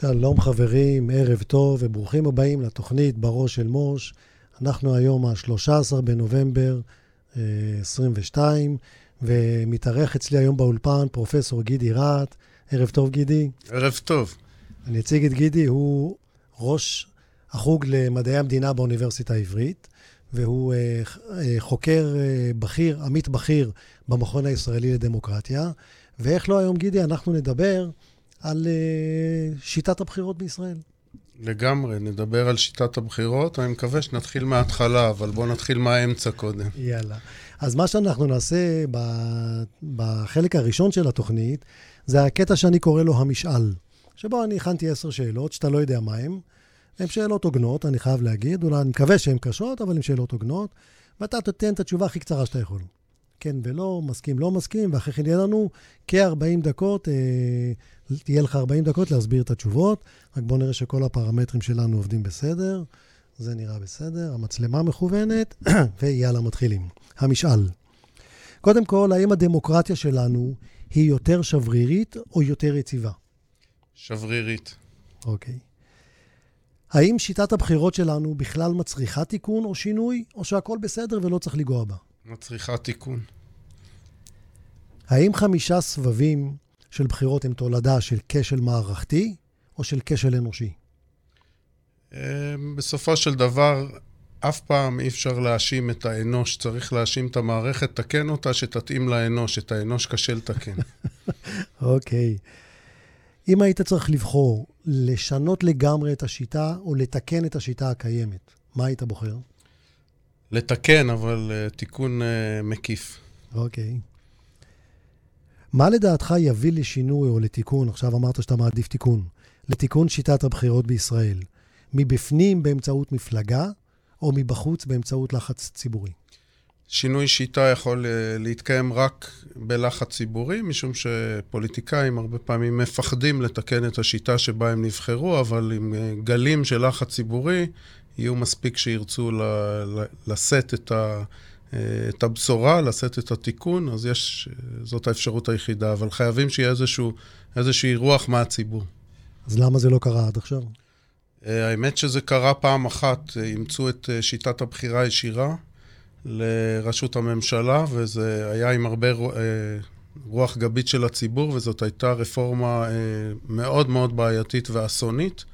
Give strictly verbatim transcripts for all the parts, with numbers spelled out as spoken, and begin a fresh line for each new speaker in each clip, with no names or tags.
שלום חברים, ערב טוב וברוכים הבאים לתוכנית בראש של מוש. אנחנו היום ה-שלושה עשר בנובמבר עשרים ושתיים, ומתארח אצלי היום באולפן פרופסור גידי רהט. ערב טוב גידי.
ערב טוב.
אני אציג את גידי, הוא ראש החוג למדעי המדינה באוניברסיטה העברית, והוא חוקר בכיר, עמית בכיר במכון הישראלי לדמוקרטיה. ואיך לא היום גידי, אנחנו נדבר על uh, שיטת הבחירות בישראל.
לגמרי, נדבר על שיטת הבחירות. אני מקווה שנתחיל מההתחלה, אבל בואו נתחיל מהאמצע קודם.
יאללה. אז מה שאנחנו נעשה ב- בחלק הראשון של התוכנית, זה הקטע שאני קורא לו המשאל. שבו אני הכנתי עשר שאלות, שאתה לא יודע מה הן. הן שאלות הוגנות, אני חייב להגיד. אולי אני מקווה שהן קשות, אבל הן שאלות הוגנות. ואתה תתן את התשובה הכי קצרה שאתה יכול. כן ולא, מסכים, לא מסכים, ואחרי כן יהיה לנו כ-ארבעים דקות, אה, תהיה לך ארבעים דקות להסביר את התשובות. רק בואו נראה שכל הפרמטרים שלנו עובדים בסדר. זה נראה בסדר, המצלמה מכוונת, ויאללה, מתחילים. המשאל. קודם כל, האם הדמוקרטיה שלנו היא יותר שברירית או יותר יציבה?
שברירית.
אוקיי. האם שיטת הבחירות שלנו בכלל מצריכה תיקון או שינוי, או שהכל בסדר ולא צריך לגוע בה?
מצריכה תיקון.
האם חמישה סבבים של בחירות הם תולדה של כשל מערכתי או של כשל אנושי?
בסופו של דבר, אף פעם אי אפשר להאשים את האנוש, צריך להאשים את המערכת, תקן אותה שתתאים לאנוש, את האנוש קשה לתקן.
אוקיי. אם היית צריך לבחור לשנות לגמרי את השיטה או לתקן את השיטה הקיימת, מה היית בוחר?
לתקן, אבל uh, תיקון uh, מקיף.
אוקיי. מה לדעתך יביא לשינוי או לתיקון, עכשיו אמרת שאתה מעדיף תיקון, לתיקון שיטת הבחירות בישראל, מבפנים באמצעות מפלגה, או מבחוץ באמצעות לחץ ציבורי?
שינוי שיטה יכול uh, להתקיים רק בלחץ ציבורי, משום שפוליטיקאים הרבה פעמים מפחדים לתקן את השיטה שבה הם נבחרו, אבל עם uh, גלים של לחץ ציבורי, יהיו מספיק שירצו לשאת את, ה, את הבשורה, לשאת את התיקון, אז יש, זאת האפשרות היחידה, אבל חייבים שיהיה איזשהו, איזושהי רוח מהציבור.
אז למה זה לא קרה עד עכשיו?
האמת שזה קרה פעם אחת, אימצו את שיטת הבחירה הישירה לראשות הממשלה, וזה היה עם הרבה רוח גבית של הציבור, וזאת הייתה רפורמה מאוד מאוד בעייתית ואסונית,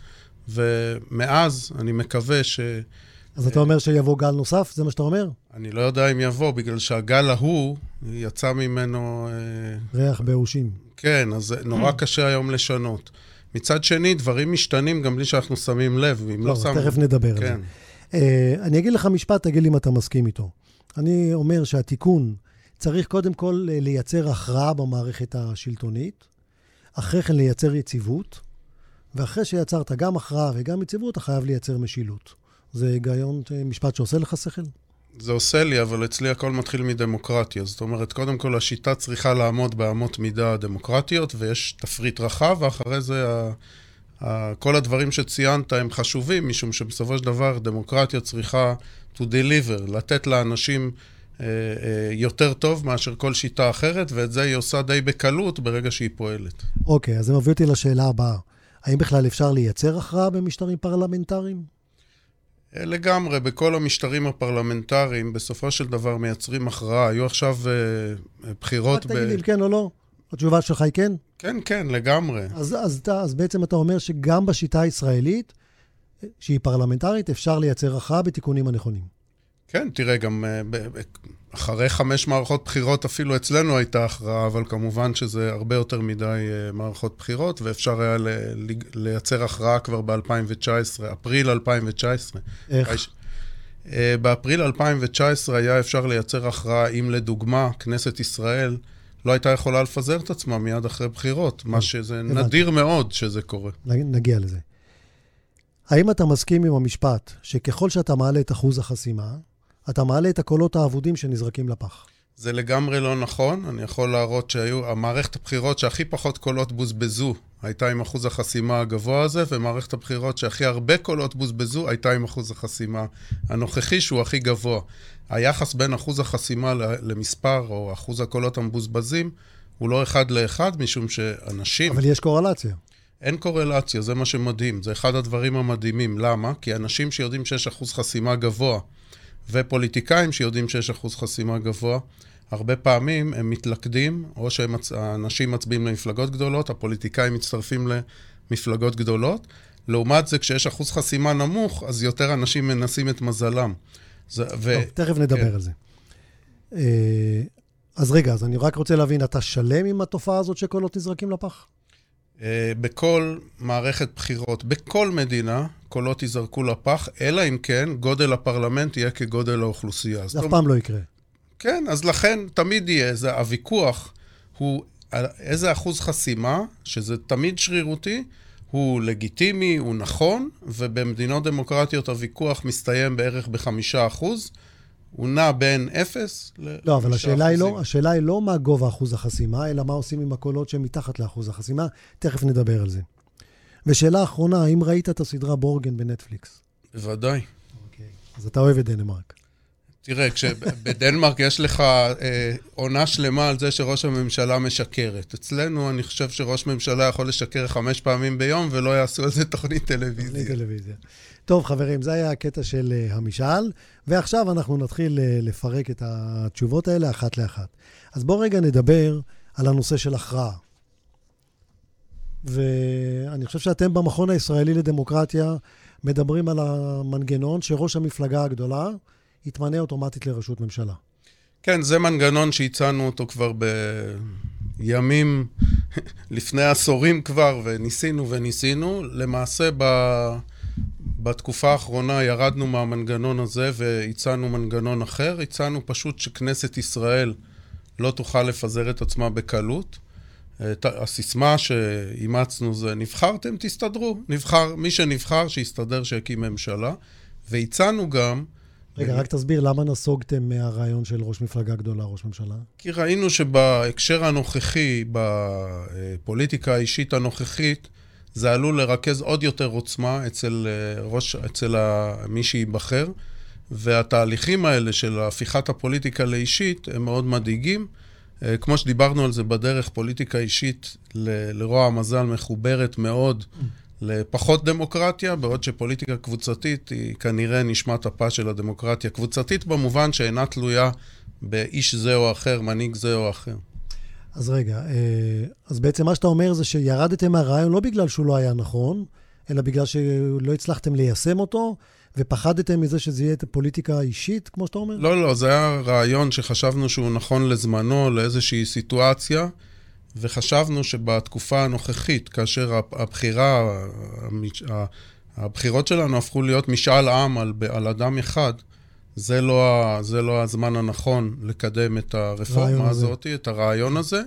ומאז אני מקווה ש...
אז אתה אומר שיבוא גל נוסף? זה מה שאתה אומר?
אני לא יודע אם יבוא, בגלל שהגל ההוא יצא ממנו...
ריח באושים.
כן, אז נורא קשה היום לשנות. מצד שני, דברים משתנים גם בלי שאנחנו שמים לב.
לא, תכף נדבר על זה. אני אגיד לך משפט, תגיד לי אם אתה מסכים איתו. אני אומר שהתיקון צריך קודם כל לייצר הכרעה במערכת השלטונית, אחרי כן לייצר יציבות, ואחרי שיצרת גם הכרעה וגם יציבות, אתה חייב לייצר משילות. זה היגיון, משפט שעושה לך שכל?
זה עושה לי, אבל אצלי הכל מתחיל מדמוקרטיה. זאת אומרת, קודם כל השיטה צריכה לעמוד באמות מידה דמוקרטיות, ויש תפריט רחב, ואחרי זה ה... ה... כל הדברים שציינת הם חשובים, משום שבסופו של דבר דמוקרטיה צריכה to deliver, לתת לאנשים אה, אה, יותר טוב מאשר כל שיטה אחרת, ואת זה היא עושה די בקלות ברגע שהיא פועלת.
אוקיי, אז זה מביא אותי לשאלה הבאה. האם בכלל אפשר לייצר הכרעה במשטרים פרלמנטריים?
לגמרי, בכל המשטרים הפרלמנטריים, בסופו של דבר מייצרים הכרעה. היו עכשיו אה, בחירות...
רק תגיד לי אם כן או לא. התשובה שלך היא כן?
כן, כן, לגמרי.
אז, אז, אז בעצם אתה אומר שגם בשיטה הישראלית, שהיא פרלמנטרית, אפשר לייצר הכרעה בתיקונים הנכונים.
כן, תראה, גם אחרי חמש מערכות בחירות אפילו אצלנו הייתה הכרעה, אבל כמובן שזה הרבה יותר מדי מערכות בחירות, ואפשר היה לייצר הכרעה כבר ב-אלפיים תשע עשרה, אפריל אלפיים תשע עשרה.
איך?
באפריל אלפיים תשע עשרה היה אפשר לייצר הכרעה, אם לדוגמה, כנסת ישראל לא הייתה יכולה לפזר את עצמה מיד אחרי בחירות, מה שזה נדיר מאוד שזה קורה.
נגיע לזה. האם אתה מסכים עם המשפט שככל שאתה מעלה את אחוז החסימה, אתה מעלה את הקולות האבודים שנזרקים לפח?
זה לגמרי לא נכון. אני יכול להראות שהיו, המערכת הבחירות שהכי פחות קולות בוזבזו הייתה עם אחוז החסימה הגבוה הזה, ומערכת הבחירות שהכי הרבה קולות בוזבזו הייתה עם אחוז החסימה הנוכחי שהוא הכי גבוה. היחס בין אחוז החסימה למספר או אחוז הקולות המבוזבזים הוא לא אחד לאחד, משום שאנשים...
אבל יש קורלציה.
אין קורלציה, זה מה שמדהים. זה אחד הדברים המדהימים. למה? כי אנשים שיודעים שיש אחוז חסימה גבוה, ופוליטיקאים שיודעים שיש אחוז חסימה גבוה, הרבה פעמים הם מתלכדים, או שהאנשים מצביעים למפלגות גדולות, הפוליטיקאים מצטרפים למפלגות גדולות. לעומת זה, כשיש אחוז חסימה נמוך, אז יותר אנשים מנסים את מזלם. זה, ו...
טוב, תכף נדבר כן. על זה. אז רגע, אז אני רק רוצה להבין, אתה שלם עם התופעה הזאת שקולות נזרקים לפח?
בכל מערכת בחירות, בכל מדינה, קולות יזרקו לפח, אלא אם כן, גודל הפרלמנט יהיה כגודל האוכלוסייה.
זה אף פעם לא יקרה.
כן, אז לכן תמיד יהיה, זה הוויכוח הוא איזה אחוז חסימה, שזה תמיד שרירותי, הוא לגיטימי, הוא נכון, ובמדינות דמוקרטיות הוויכוח מסתיים בערך בחמישה אחוז, הוא נע בין אפס ל...
לא, אבל השאלה היא לא, השאלה היא לא מה גובה אחוז החסימה, אלא מה עושים עם הקולות שהם מתחת לאחוז החסימה. תכף נדבר על זה. ושאלה אחרונה, האם ראית את הסדרה בורגן בנטפליקס?
בוודאי.
אוקיי. אז אתה אוהב את דנמרק.
תראה, כשבדנמרק יש לך אה, עונה שלמה על זה שראש הממשלה משקרת. אצלנו אני חושב שראש ממשלה יכול לשקר חמש פעמים ביום, ולא יעשו על זה תוכנית טלוויזיה.
תוכנית טלוויזיה. טוב, חברים, זה היה הקטע של uh, המשאל, ועכשיו אנחנו נתחיל uh, לפרק את התשובות האלה אחת לאחת. אז בואו רגע נדבר על הנושא של הכרעה. ואני חושב שאתם במכון הישראלי לדמוקרטיה מדברים על המנגנון שראש המפלגה הגדולה יתמנה אוטומטית לראשות ממשלה.
כן, זה מנגנון שהצענו אותו כבר בימים, לפני עשורים כבר, וניסינו וניסינו. למעשה, ב... בתקופה האחרונה ירדנו מהמנגנון הזה והצענו מנגנון אחר. הצענו פשוט שכנסת ישראל לא תוכל לפזר את עצמה בקלות. הסיסמה שאימצנו זה, נבחרתם, תסתדרו. נבחר, מי שנבחר, שיסתדר, שיקים ממשלה. והצענו גם...
רגע, רק תסביר, למה נסוגתם מהרעיון של ראש מפלגה גדולה, ראש ממשלה?
כי ראינו שבהקשר הנוכחי, בפוליטיקה האישית הנוכחית, זה עלול לרכז עוד יותר עוצמה אצל ראש, אצל מי שיבחר, והתהליכים האלה של הפיכת הפוליטיקה לאישית הם מאוד מדאיגים. כמו שדיברנו על זה בדרך, פוליטיקה אישית ל- לרוע המזל מחוברת מאוד לפחות דמוקרטיה, בעוד שפוליטיקה קבוצתית היא כנראה נשמת הפה של הדמוקרטיה. קבוצתית במובן שאינה תלויה באיש זה או אחר, מנהיג זה או אחר.
אז רגע, אז בעצם מה שאתה אומר זה שירדתם מהרעיון לא בגלל שהוא לא היה נכון, אלא בגלל שלא הצלחתם ליישם אותו, ופחדתם מזה שזה יהיה פוליטיקה אישית, כמו שאתה אומר?
לא, לא, זה היה רעיון שחשבנו שהוא נכון לזמנו, לאיזושהי סיטואציה, וחשבנו שבתקופה הנוכחית, כאשר הבחירה, הבחירות שלנו הפכו להיות משאל עם על, על אדם אחד, זה לא, זה לא הזמן הנכון לקדם את הרפורמה הזאת, את הרעיון הזה,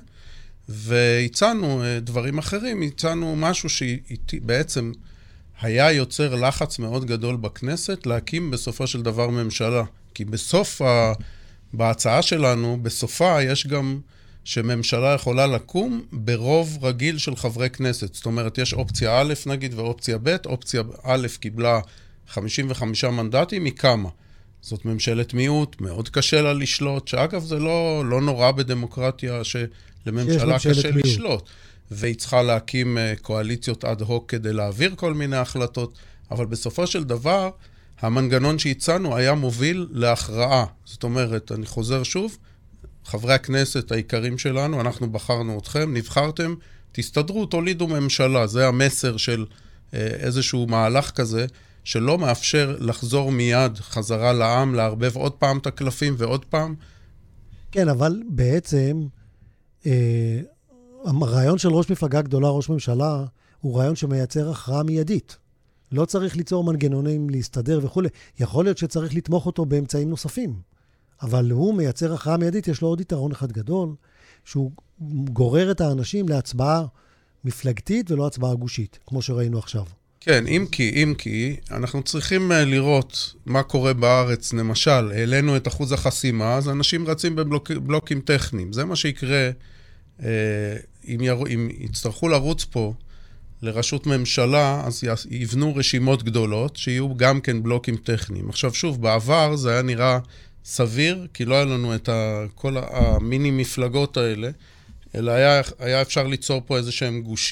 והצענו דברים אחרים, הצענו משהו שבעצם היה יוצר לחץ מאוד גדול בכנסת להקים בסופו של דבר ממשלה. כי בסוף, ה... בהצעה שלנו, בסופה יש גם שממשלה יכולה לקום ברוב רגיל של חברי כנסת. זאת אומרת, יש אופציה א' נגיד ואופציה ב', אופציה א' קיבלה חמישים וחמישה מנדטים, מכמה? זאת ממשלת מיעוט, מאוד קשה לה לשלוט, שאגב זה לא, לא נורא בדמוקרטיה שלממשלה קשה מיעוט. לשלוט. והיא צריכה להקים קואליציות אד הוק כדי להעביר כל מיני החלטות, אבל בסופו של דבר, המנגנון שהצענו היה מוביל להכרעה. זאת אומרת, אני חוזר שוב, חברי הכנסת העיקרים שלנו, אנחנו בחרנו אתכם, נבחרתם, תסתדרו, תולידו ממשלה. זה המסר של איזשהו מהלך כזה, שלא מאפשר לחזור מיד חזרה לעם, להרבב עוד פעם את הקלפים ועוד פעם.
כן, אבל בעצם, אה, הרעיון של ראש מפלגה גדולה, ראש ממשלה, הוא רעיון שמייצר הכרעה מיידית. לא צריך ליצור מנגנונים להסתדר וכו'. יכול להיות שצריך לתמוך אותו באמצעים נוספים. אבל הוא מייצר הכרעה מיידית, יש לו עוד יתרון אחד גדול, שהוא גורר את האנשים להצבעה מפלגתית ולא הצבעה גושית, כמו שראינו עכשיו.
כן, אם כי, אם כי, אנחנו צריכים לראות מה קורה בארץ. למשל, העלינו את אחוז החסימה, אז אנשים רצים בבלוקים טכניים. זה מה שיקרה, אם, יר... אם יצטרכו לרוץ פה לראשות ממשלה, אז יבנו רשימות גדולות, שיהיו גם כן בלוקים טכניים. עכשיו שוב, בעבר זה היה נראה סביר, כי לא היה לנו את כל המיני מפלגות האלה, אלא היה, היה אפשר ליצור פה איזה שהם גושים.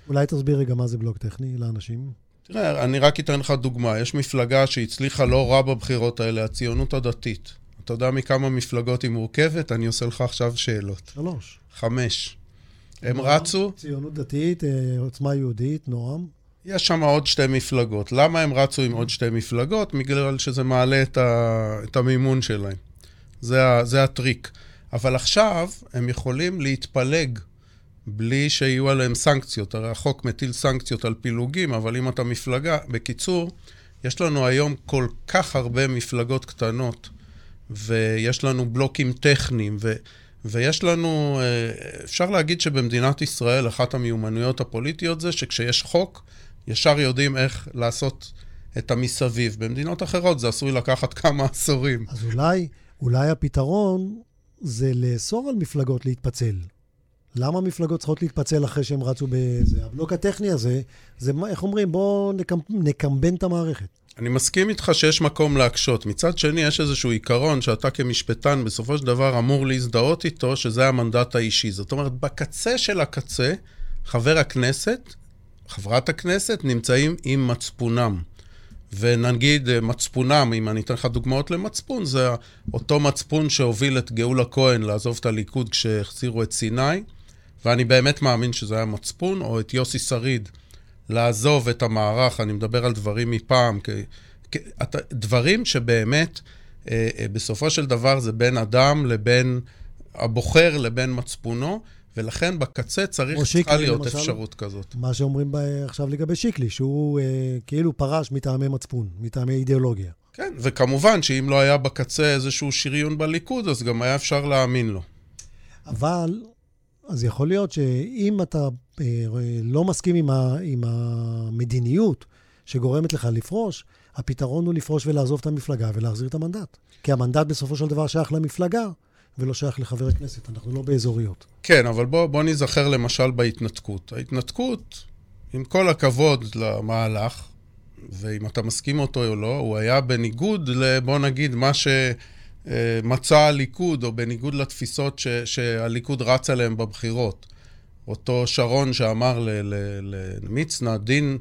אולי תסביר רגע מה זה בלוק טכני לאנשים?
תראה, אני רק אתן לך דוגמה. יש מפלגה שהצליחה לא רע בבחירות האלה, הציונות הדתית. אתה יודע מכמה מפלגות היא מורכבת? אני עושה לך עכשיו שאלות.
שלוש.
חמש. הם רצו...
ציונות דתית, עוצמה יהודית, נועם.
יש שם עוד שתי מפלגות. למה הם רצו עם עוד שתי מפלגות? בגלל שזה מעלה את, ה... את המימון שלהם. זה, ה... זה הטריק. אבל עכשיו הם יכולים להתפלג בלי שיהיו עליהם סנקציות. הרי החוק מטיל סנקציות על פילוגים, אבל אם אתה מפלגה... בקיצור, יש לנו היום כל כך הרבה מפלגות קטנות, ויש לנו בלוקים טכניים, ו... ויש לנו, אפשר להגיד שבמדינת ישראל, אחת המיומנויות הפוליטיות זה שכשיש חוק, ישר יודעים איך לעשות את המסביב. במדינות אחרות זה עשוי לקחת כמה עשורים.
אז אולי, אולי הפתרון זה לאסור על מפלגות להתפצל. למה מפלגות צריכות להתפצל אחרי שהם רצו בזה? הבלוק הטכני הזה, זה איך אומרים, בואו נקמבן את המערכת.
אני מסכים איתך שיש מקום להקשות. מצד שני, יש איזשהו עיקרון שאתה כמשפטן בסופו של דבר אמור להזדהות איתו, שזה המנדט האישי. זאת אומרת, בקצה של הקצה, חבר הכנסת, חברת הכנסת, נמצאים עם מצפונם. ונגיד מצפונם, אם אני אתן לך דוגמאות למצפון, זה אותו מצפון שהוביל את גאולה כהן לעזוב את הליכוד כשהחזירו את סיני, ואני באמת מאמין שזה היה מצפון, או את יוסי שריד, לעזוב את המערך, אני מדבר על דברים מפעם, כי, כי, דברים שבאמת, אה, אה, בסופו של דבר זה בין אדם לבין הבוחר לבין מצפונו, ולכן בקצה צריך צריכה להיות למשל, אפשרות כזאת.
מה שאומרים עכשיו לגבי שיקלי, שהוא אה, כאילו פרש מטעמי מצפון, מטעמי אידיאולוגיה.
כן, וכמובן שאם לא היה בקצה איזשהו שריון בליכוד, אז גם היה אפשר להאמין לו.
אבל, אז יכול להיות שאם אתה אה, לא מסכים עם, ה, עם המדיניות שגורמת לך לפרוש, הפתרון הוא לפרוש ולעזוב את המפלגה ולהחזיר את המנדט. כי המנדט בסופו של דבר שייך למפלגה, ולא שייך לחבר הכנסת, אנחנו לא באזוריות.
כן, אבל בוא, בוא נזכר למשל בהתנתקות. ההתנתקות, עם כל הכבוד למהלך, ואם אתה מסכים אותו או לא, הוא היה בניגוד, בוא נגיד, מה שמצא הליכוד, או בניגוד לתפיסות ש, שהליכוד רץ עליהם בבחירות. אותו שרון שאמר למצנע, דין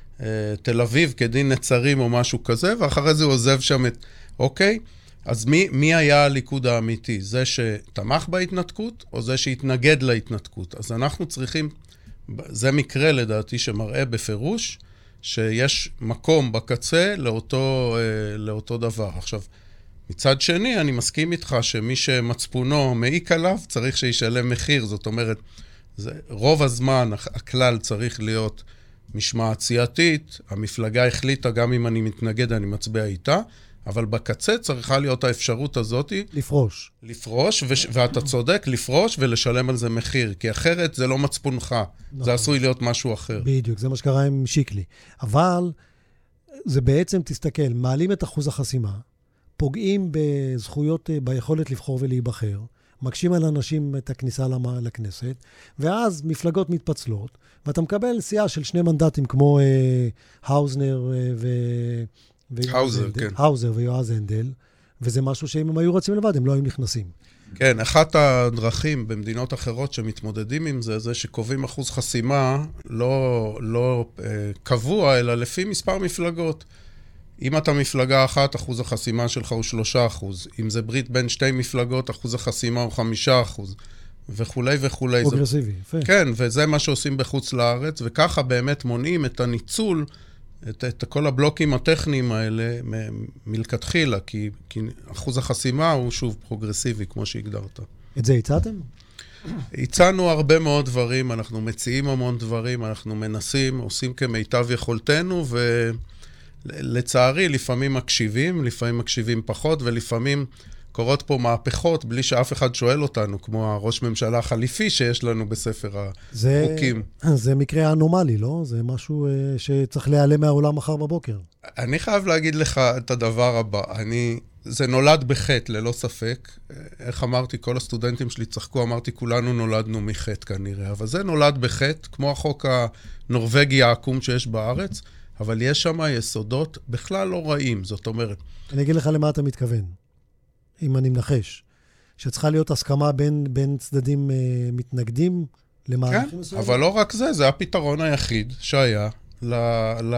תל אביב כדין נצרים או משהו כזה, ואחרי זה הוא עוזב שם את... אוקיי? אז מי, מי היה הליכוד האמיתי? זה שתמך בהתנתקות, או זה שהתנגד להתנתקות? אז אנחנו צריכים, זה מקרה לדעתי שמראה בפירוש, שיש מקום בקצה לאותו, לאותו דבר. עכשיו, מצד שני, אני מסכים איתך שמי שמצפונו מעיק עליו, צריך שישלם מחיר. זאת אומרת, זה, רוב הזמן הכלל צריך להיות משמעת סיעתית, המפלגה החליטה, גם אם אני מתנגד, אני מצביע איתה, אבל בקצה צריכה להיות האפשרות הזאת.
לפרוש.
לפרוש, ו- ואתה צודק, לפרוש ולשלם על זה מחיר, כי אחרת זה לא מצפונך. נכון. זה עשוי להיות משהו אחר.
בדיוק, זה מה שקרה עם שיקלי. אבל זה בעצם, תסתכל, מעלים את אחוז החסימה, פוגעים בזכויות, ביכולת לבחור ולהיבחר, מקשים על אנשים את הכניסה לכנסת, ואז מפלגות מתפצלות, ואתה מקבל סיעה של שני מנדטים, כמו אה, האוזנר אה, ו...
האוזר, כן.
האוזר ויועז הנדל, וזה משהו שאם הם היו רצים לבד, הם לא היו נכנסים.
כן, אחת הדרכים במדינות אחרות שמתמודדים עם זה, זה שקובעים אחוז חסימה לא, לא אה, קבוע, אלא לפי מספר מפלגות. אם אתה מפלגה אחת, אחוז החסימה שלך הוא שלושה אחוז. אם זה ברית בין שתי מפלגות, אחוז החסימה הוא חמישה אחוז. וכולי וכולי.
פרוגרסיבי, יפה.
כן, וזה מה שעושים בחוץ לארץ, וככה באמת מונעים את הניצול, את, את כל הבלוקים הטכניים האלה מ- מלכתחילה, כי, כי אחוז החסימה הוא שוב פרוגרסיבי, כמו שהגדרת.
את זה הצעתם?
הצענו הרבה מאוד דברים, אנחנו מציעים המון דברים, אנחנו מנסים, עושים כמיטב יכולתנו, ולצערי לפעמים מקשיבים, לפעמים מקשיבים פחות, ולפעמים קורות פה מהפכות בלי שאף אחד שואל אותנו, כמו הראש ממשלה החליפי שיש לנו בספר החוקים.
זה, זה מקרה אנומלי, לא? זה משהו uh, שצריך להיעלם מהעולם מחר בבוקר.
אני חייב להגיד לך את הדבר הבא. אני, זה נולד בחטא, ללא ספק. איך אמרתי, כל הסטודנטים שלי צחקו, אמרתי, כולנו נולדנו מחטא כנראה. אבל זה נולד בחטא, כמו החוק הנורווגי העקום שיש בארץ, אבל יש שם יסודות בכלל לא רעים. זאת אומרת...
אני אגיד לך למה אתה מתכוון. אם אני מנחש, שצריכה להיות הסכמה בין, בין צדדים uh, מתנגדים
כן, אבל לא רק זה, זה הפתרון היחיד שהיה ל, ל,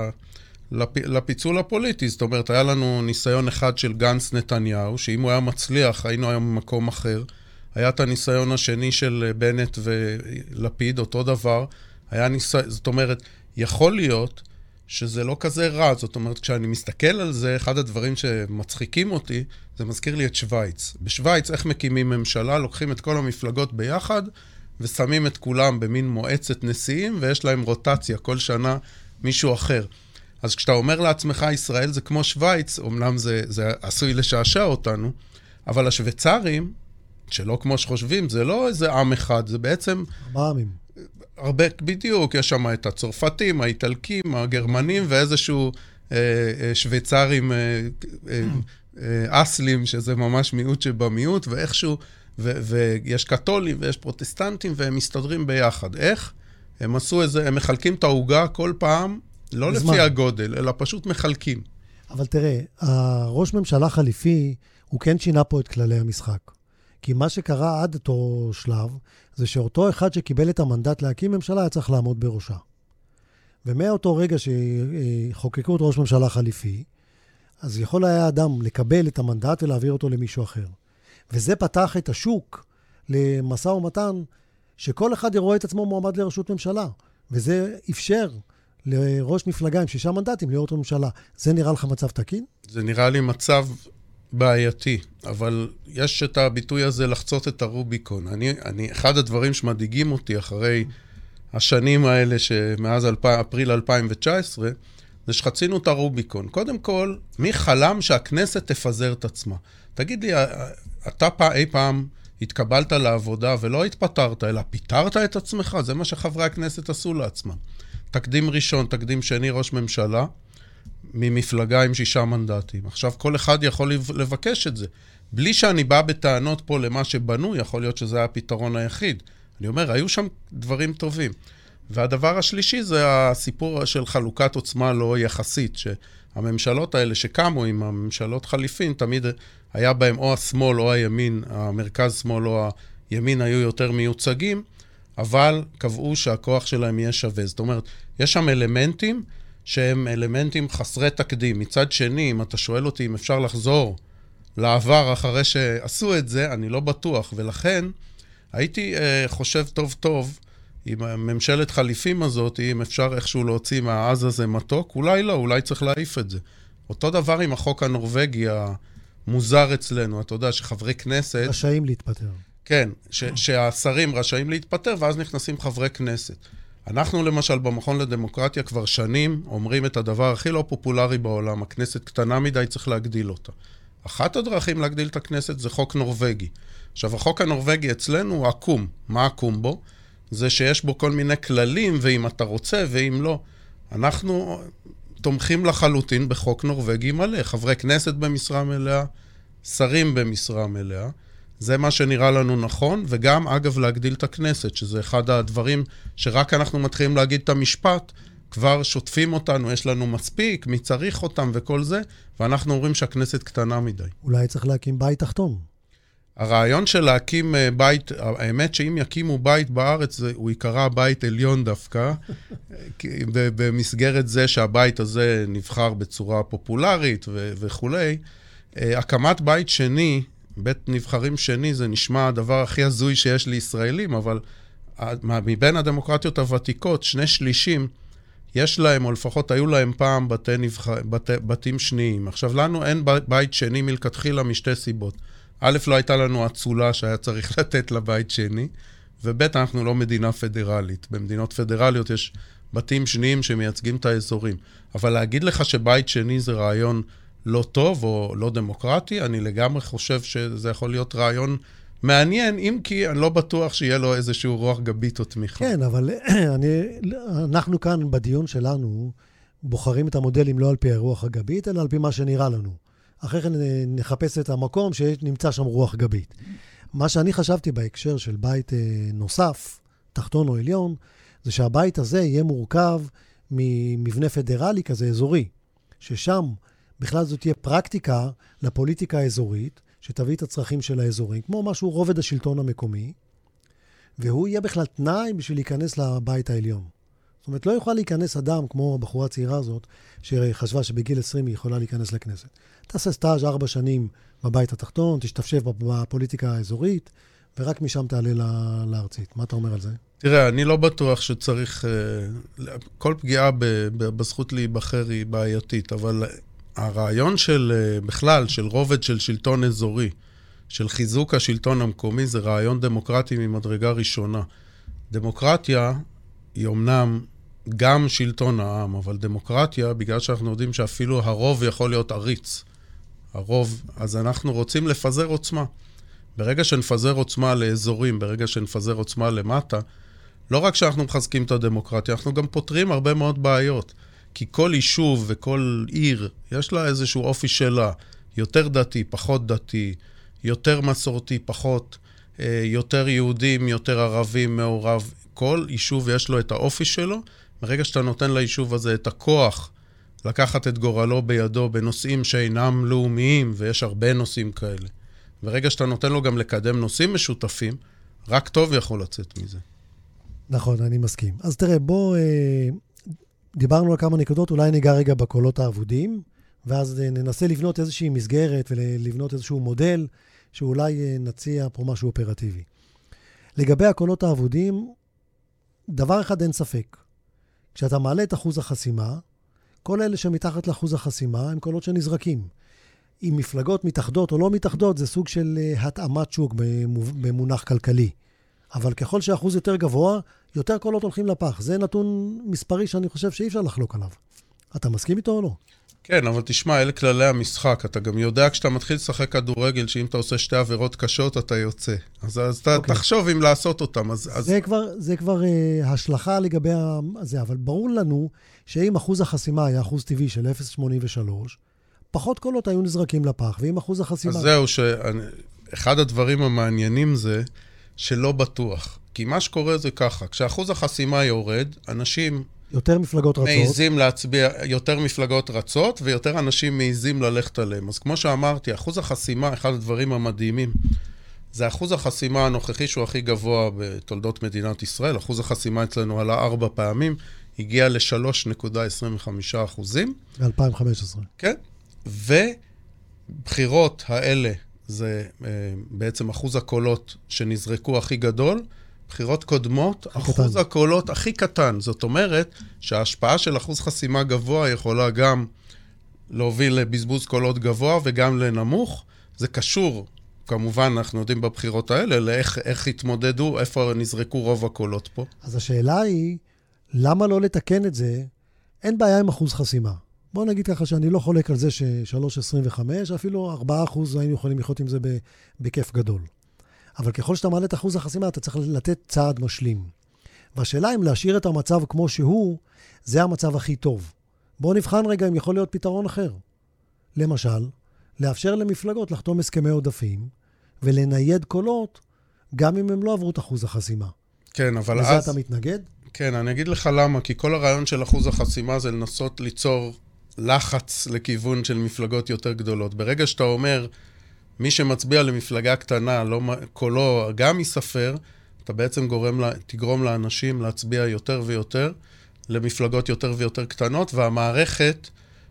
לפ, לפיצול הפוליטי. זאת אומרת, היה לנו ניסיון אחד של גנץ נתניהו, שאם הוא היה מצליח, היינו היום במקום אחר. היה את הניסיון השני של בנט ולפיד, אותו דבר. היה ניסיון, זאת אומרת, יכול להיות שזה לא כזה רע. זאת אומרת, כשאני מסתכל על זה, אחד הדברים שמצחיקים אותי, זה מזכיר לי את שוויץ. בשוויץ, איך מקימים ממשלה? לוקחים את כל המפלגות ביחד, ושמים את כולם במין מועצת נשיאים, ויש להם רוטציה כל שנה מישהו אחר. אז כשאתה אומר לעצמך, ישראל זה כמו שוויץ, אומנם זה, זה עשוי לשעשע אותנו, אבל השוויצרים, שלא כמו שחושבים, זה לא איזה עם אחד, זה בעצם...
ארבעה עמים.
הרבה, בדיוק, יש שם את הצרפתים, האיטלקים, הגרמנים, ואיזשהו אה, אה, שוויצרים אה, אה, אה, אסלים, שזה ממש מיעוט שבמיעוט, ואיכשהו... ו- ויש קתולים ויש פרוטסטנטים, והם מסתדרים ביחד. איך? הם עשו איזה, הם מחלקים את ההוגה כל פעם, לא לפי הגודל, אלא פשוט מחלקים.
אבל תראה, הראש ממשלה חליפי, הוא כן שינה פה את כללי המשחק. כי מה שקרה עד אותו שלב, זה שאותו אחד שקיבל את המנדט להקים ממשלה, היה צריך לעמוד בראשה. ומאותו רגע שחוקקו את ראש ממשלה חליפי, אז יכול היה אדם לקבל את המנדט ולהעביר אותו למישהו אחר. וזה פתח את השוק למשא ומתן, שכל אחד ירואה את עצמו מועמד לראשות ממשלה. וזה אפשר לראש מפלגה עם שישה מנדטים להיות ממשלה. זה נראה לך מצב תקין?
זה נראה לי מצב בעייתי, אבל יש את הביטוי הזה לחצות את הרוביקון. אני, אני, אחד הדברים שמדאיגים אותי אחרי השנים האלה, שמאז אפריל אלפיים תשע עשרה, זה שחצינו את הרוביקון. קודם כל, מי חלם שהכנסת תפזר את עצמה? תגיד לי, אתה פע, אי פעם התקבלת לעבודה ולא התפטרת, אלא פיטרת את עצמך? זה מה שחברי הכנסת עשו לעצמם. תקדים ראשון, תקדים שני, ראש ממשלה, ממפלגה עם שישה מנדטים. עכשיו, כל אחד יכול לבקש את זה. בלי שאני בא בטענות פה למה שבנו, יכול להיות שזה היה הפתרון היחיד. אני אומר, היו שם דברים טובים. והדבר השלישי זה הסיפור של חלוקת עוצמה לא יחסית, שהממשלות האלה שקמו עם הממשלות חליפין, תמיד היה בהם או השמאל או הימין, המרכז שמאל או הימין היו יותר מיוצגים, אבל קבעו שהכוח שלהם יהיה שווה. זאת אומרת, יש שם אלמנטים שהם אלמנטים חסרי תקדים. מצד שני, אם אתה שואל אותי אם אפשר לחזור לעבר אחרי שעשו את זה, אני לא בטוח. ולכן הייתי אה, חושב טוב טוב, עם הממשלת חליפים הזאת, אם אפשר איכשהו להוציא מהעז הזה מתוק, אולי לא, אולי צריך להעיף את זה. אותו דבר עם החוק הנורווגי המוזר אצלנו, אתה יודע שחברי כנסת...
רשאים להתפטר.
כן, ש- שהשרים רשאים להתפטר, ואז נכנסים חברי כנסת. אנחנו למשל במכון לדמוקרטיה כבר שנים אומרים את הדבר הכי לא פופולרי בעולם, הכנסת קטנה מדי, צריך להגדיל אותה. אחת הדרכים להגדיל את הכנסת זה חוק נורווגי. עכשיו, החוק הנורווגי אצלנו הוא עקום. מה עקום בו? זה שיש בו כל מיני כללים, ואם אתה רוצה ואם לא. אנחנו תומכים לחלוטין בחוק נורווגי מלא. חברי כנסת במשרה מלאה, שרים במשרה מלאה. זה מה שנראה לנו נכון, וגם אגב להגדיל את הכנסת, שזה אחד הדברים שרק אנחנו מתחילים להגיד את המשפט, כבר שוטפים אותנו, יש לנו מספיק, מי צריך אותם וכל זה, ואנחנו אומרים שהכנסת קטנה מדי.
אולי צריך להקים בית תחתון.
הרעיון של להקים בית, האמת שאם יקימו בית בארץ, הוא יקרא בית עליון דווקא, במסגרת זה שהבית הזה נבחר בצורה פופולרית וכו'. הקמת בית שני, בית נבחרים שני, זה נשמע הדבר הכי הזוי שיש לישראלים, אבל מבין הדמוקרטיות הוותיקות, שני שלישים, יש להם, או לפחות היו להם פעם בתי נבח... בת... בתים שניים. עכשיו, לנו אין בית שני מלכתחילה משתי סיבות. א', לא הייתה לנו הצולה שהיה צריך לתת לבית שני, וב', אנחנו לא מדינה פדרלית. במדינות פדרליות יש בתים שניים שמייצגים את האזורים. אבל להגיד לך שבית שני זה רעיון לא טוב או לא דמוקרטי, אני לגמרי חושב שזה יכול להיות רעיון מעניין, אם כי אני לא בטוח שיהיה לו איזשהו רוח גבית או תמיכה.
כן, אבל אני, אנחנו כאן בדיון שלנו בוחרים את המודלים לא על פי הרוח הגבית, אלא על פי מה שנראה לנו. אחרי כן נחפש את המקום שנמצא שם רוח גבית. מה שאני חשבתי בהקשר של בית נוסף, תחתון או עליון, זה שהבית הזה יהיה מורכב ממבנה פדרלי כזה אזורי, ששם בכלל זאת תהיה פרקטיקה לפוליטיקה האזורית, שתביא את הצרכים של האזורים, כמו משהו רובד השלטון המקומי, והוא יהיה בכלל תנאי בשביל להיכנס לבית העליון. זאת אומרת, לא יוכל להיכנס אדם כמו הבחורה הצעירה הזאת, שחשבה שבגיל עשרים היא יכולה להיכנס לכנסת. תעשה סטאז' ארבע שנים בבית התחתון, תשתפשף בפוליטיקה האזורית, ורק משם תעלה לארצית. מה אתה אומר על זה?
תראה, אני לא בטוח שצריך... כל פגיעה בזכות להיבחר היא בעייתית, אבל הרעיון של, בכלל, של רובד של שלטון אזורי, של חיזוק השלטון המקומי, זה רעיון דמוקרטי ממדרגה ראשונה. דמוקרטיה היא אומנם גם שלטון העם, אבל דמוקרטיה, בגלל שאנחנו יודעים שאפילו הרוב יכול להיות עריץ. הרוב, אז אנחנו רוצים לפזר עוצמה. ברגע שנפזר עוצמה לאזורים, ברגע שנפזר עוצמה למטה, לא רק שאנחנו מחזקים את הדמוקרטיה, אנחנו גם פותרים הרבה מאוד בעיות. כי כל יישוב וכל עיר, יש לה איזשהו אופי שלה, יותר דתי, פחות דתי, יותר מסורתי, פחות, יותר יהודים, יותר ערבים, מעורב. כל יישוב יש לו את האופי שלו. ברגע שאתה נותן ליישוב הזה את הכוח לקחת את גורלו בידו בנושאים שאינם לאומיים, ויש הרבה נושאים כאלה. ברגע שאתה נותן לו גם לקדם נושאים משותפים, רק טוב יכול לצאת מזה.
נכון, אני מסכים. אז תראה, בוא, אה, דיברנו על כמה נקודות, אולי ניגע רגע בקולות העבודים, ואז ננסה לבנות איזושהי מסגרת ולבנות איזשהו מודל, שאולי נציע פה משהו אופרטיבי. לגבי הקולות העבודים, דבר אחד אין ספק. כשאתה מעלה את אחוז החסימה, כל אלה שמתחת לאחוז החסימה הם קולות שנזרקים. אם מפלגות מתאחדות או לא מתאחדות, זה סוג של התאמת שוק במונח כלכלי. אבל ככל שהאחוז יותר גבוה, יותר קולות הולכים לפח. זה נתון מספרי שאני חושב שאי אפשר לחלוק עליו. אתה מסכים איתו או לא?
כן, אבל תשמע, אלה כללי המשחק. אתה גם יודע כשאתה מתחיל לשחק כדורגל, שאם אתה עושה שתי עבירות קשות, אתה יוצא. אז, אז אתה okay. תחשוב אם לעשות אותם. אז, אז...
זה כבר, זה כבר uh, השלכה לגבי זה, אבל ברור לנו שאם אחוז החסימה היה אחוז טבעי של אפס נקודה שמונים ושלוש, פחות קולות היו נזרקים לפח, ואם אחוז החסימה...
אז זהו, שאחד הדברים המעניינים זה שלא בטוח. כי מה שקורה זה ככה, כשאחוז החסימה יורד, אנשים...
יותר מפלגות רצות.
מעיזים להצביע, יותר מפלגות רצות, ויותר אנשים מעיזים ללכת עליהם. אז כמו שאמרתי, אחוז החסימה, אחד הדברים המדהימים, זה אחוז החסימה הנוכחי שהוא הכי גבוה בתולדות מדינת ישראל. אחוז החסימה אצלנו עלה ארבע פעמים, הגיע ל-שלוש נקודה עשרים וחמישה אחוזים.
ב-אלפיים וחמש עשרה.
כן. ובחירות האלה, זה uh, בעצם אחוז הקולות שנזרקו הכי גדול, בחירות קודמות, אחוז קטן. הקולות הכי קטן. זאת אומרת שההשפעה של אחוז חסימה גבוה יכולה גם להוביל לבזבוז קולות גבוה וגם לנמוך. זה קשור, כמובן, אנחנו יודעים בבחירות האלה, לאיך איך התמודדו, איפה נזרקו רוב הקולות פה.
אז השאלה היא, למה לא לתקן את זה? אין בעיה עם אחוז חסימה. בואו נגיד ככה שאני לא חולק על זה ש-שלוש נקודה עשרים וחמש, אפילו ארבעה אחוז היינו יכולים לחיות עם זה בכיף גדול. אבל ככל שאתה מעלה את אחוז החסימה, אתה צריך לתת צעד משלים. והשאלה אם להשאיר את המצב כמו שהוא, זה המצב הכי טוב. בואו נבחן רגע אם יכול להיות פתרון אחר. למשל, לאפשר למפלגות לחתום הסכמי עודפים, ולנייד קולות, גם אם הם לא עברו את אחוז החסימה.
כן, אבל
לזה
אז...
לזה אתה מתנגד?
כן, אני אגיד לך למה, כי כל הרעיון של אחוז החסימה זה לנסות ליצור לחץ לכיוון של מפלגות יותר גדולות. ברגע שאתה אומר, מי שמצביע למפלגה קטנה, לא, קולו גם יספר, אתה בעצם גורם, תגרום לאנשים להצביע יותר ויותר, למפלגות יותר ויותר קטנות, והמערכת,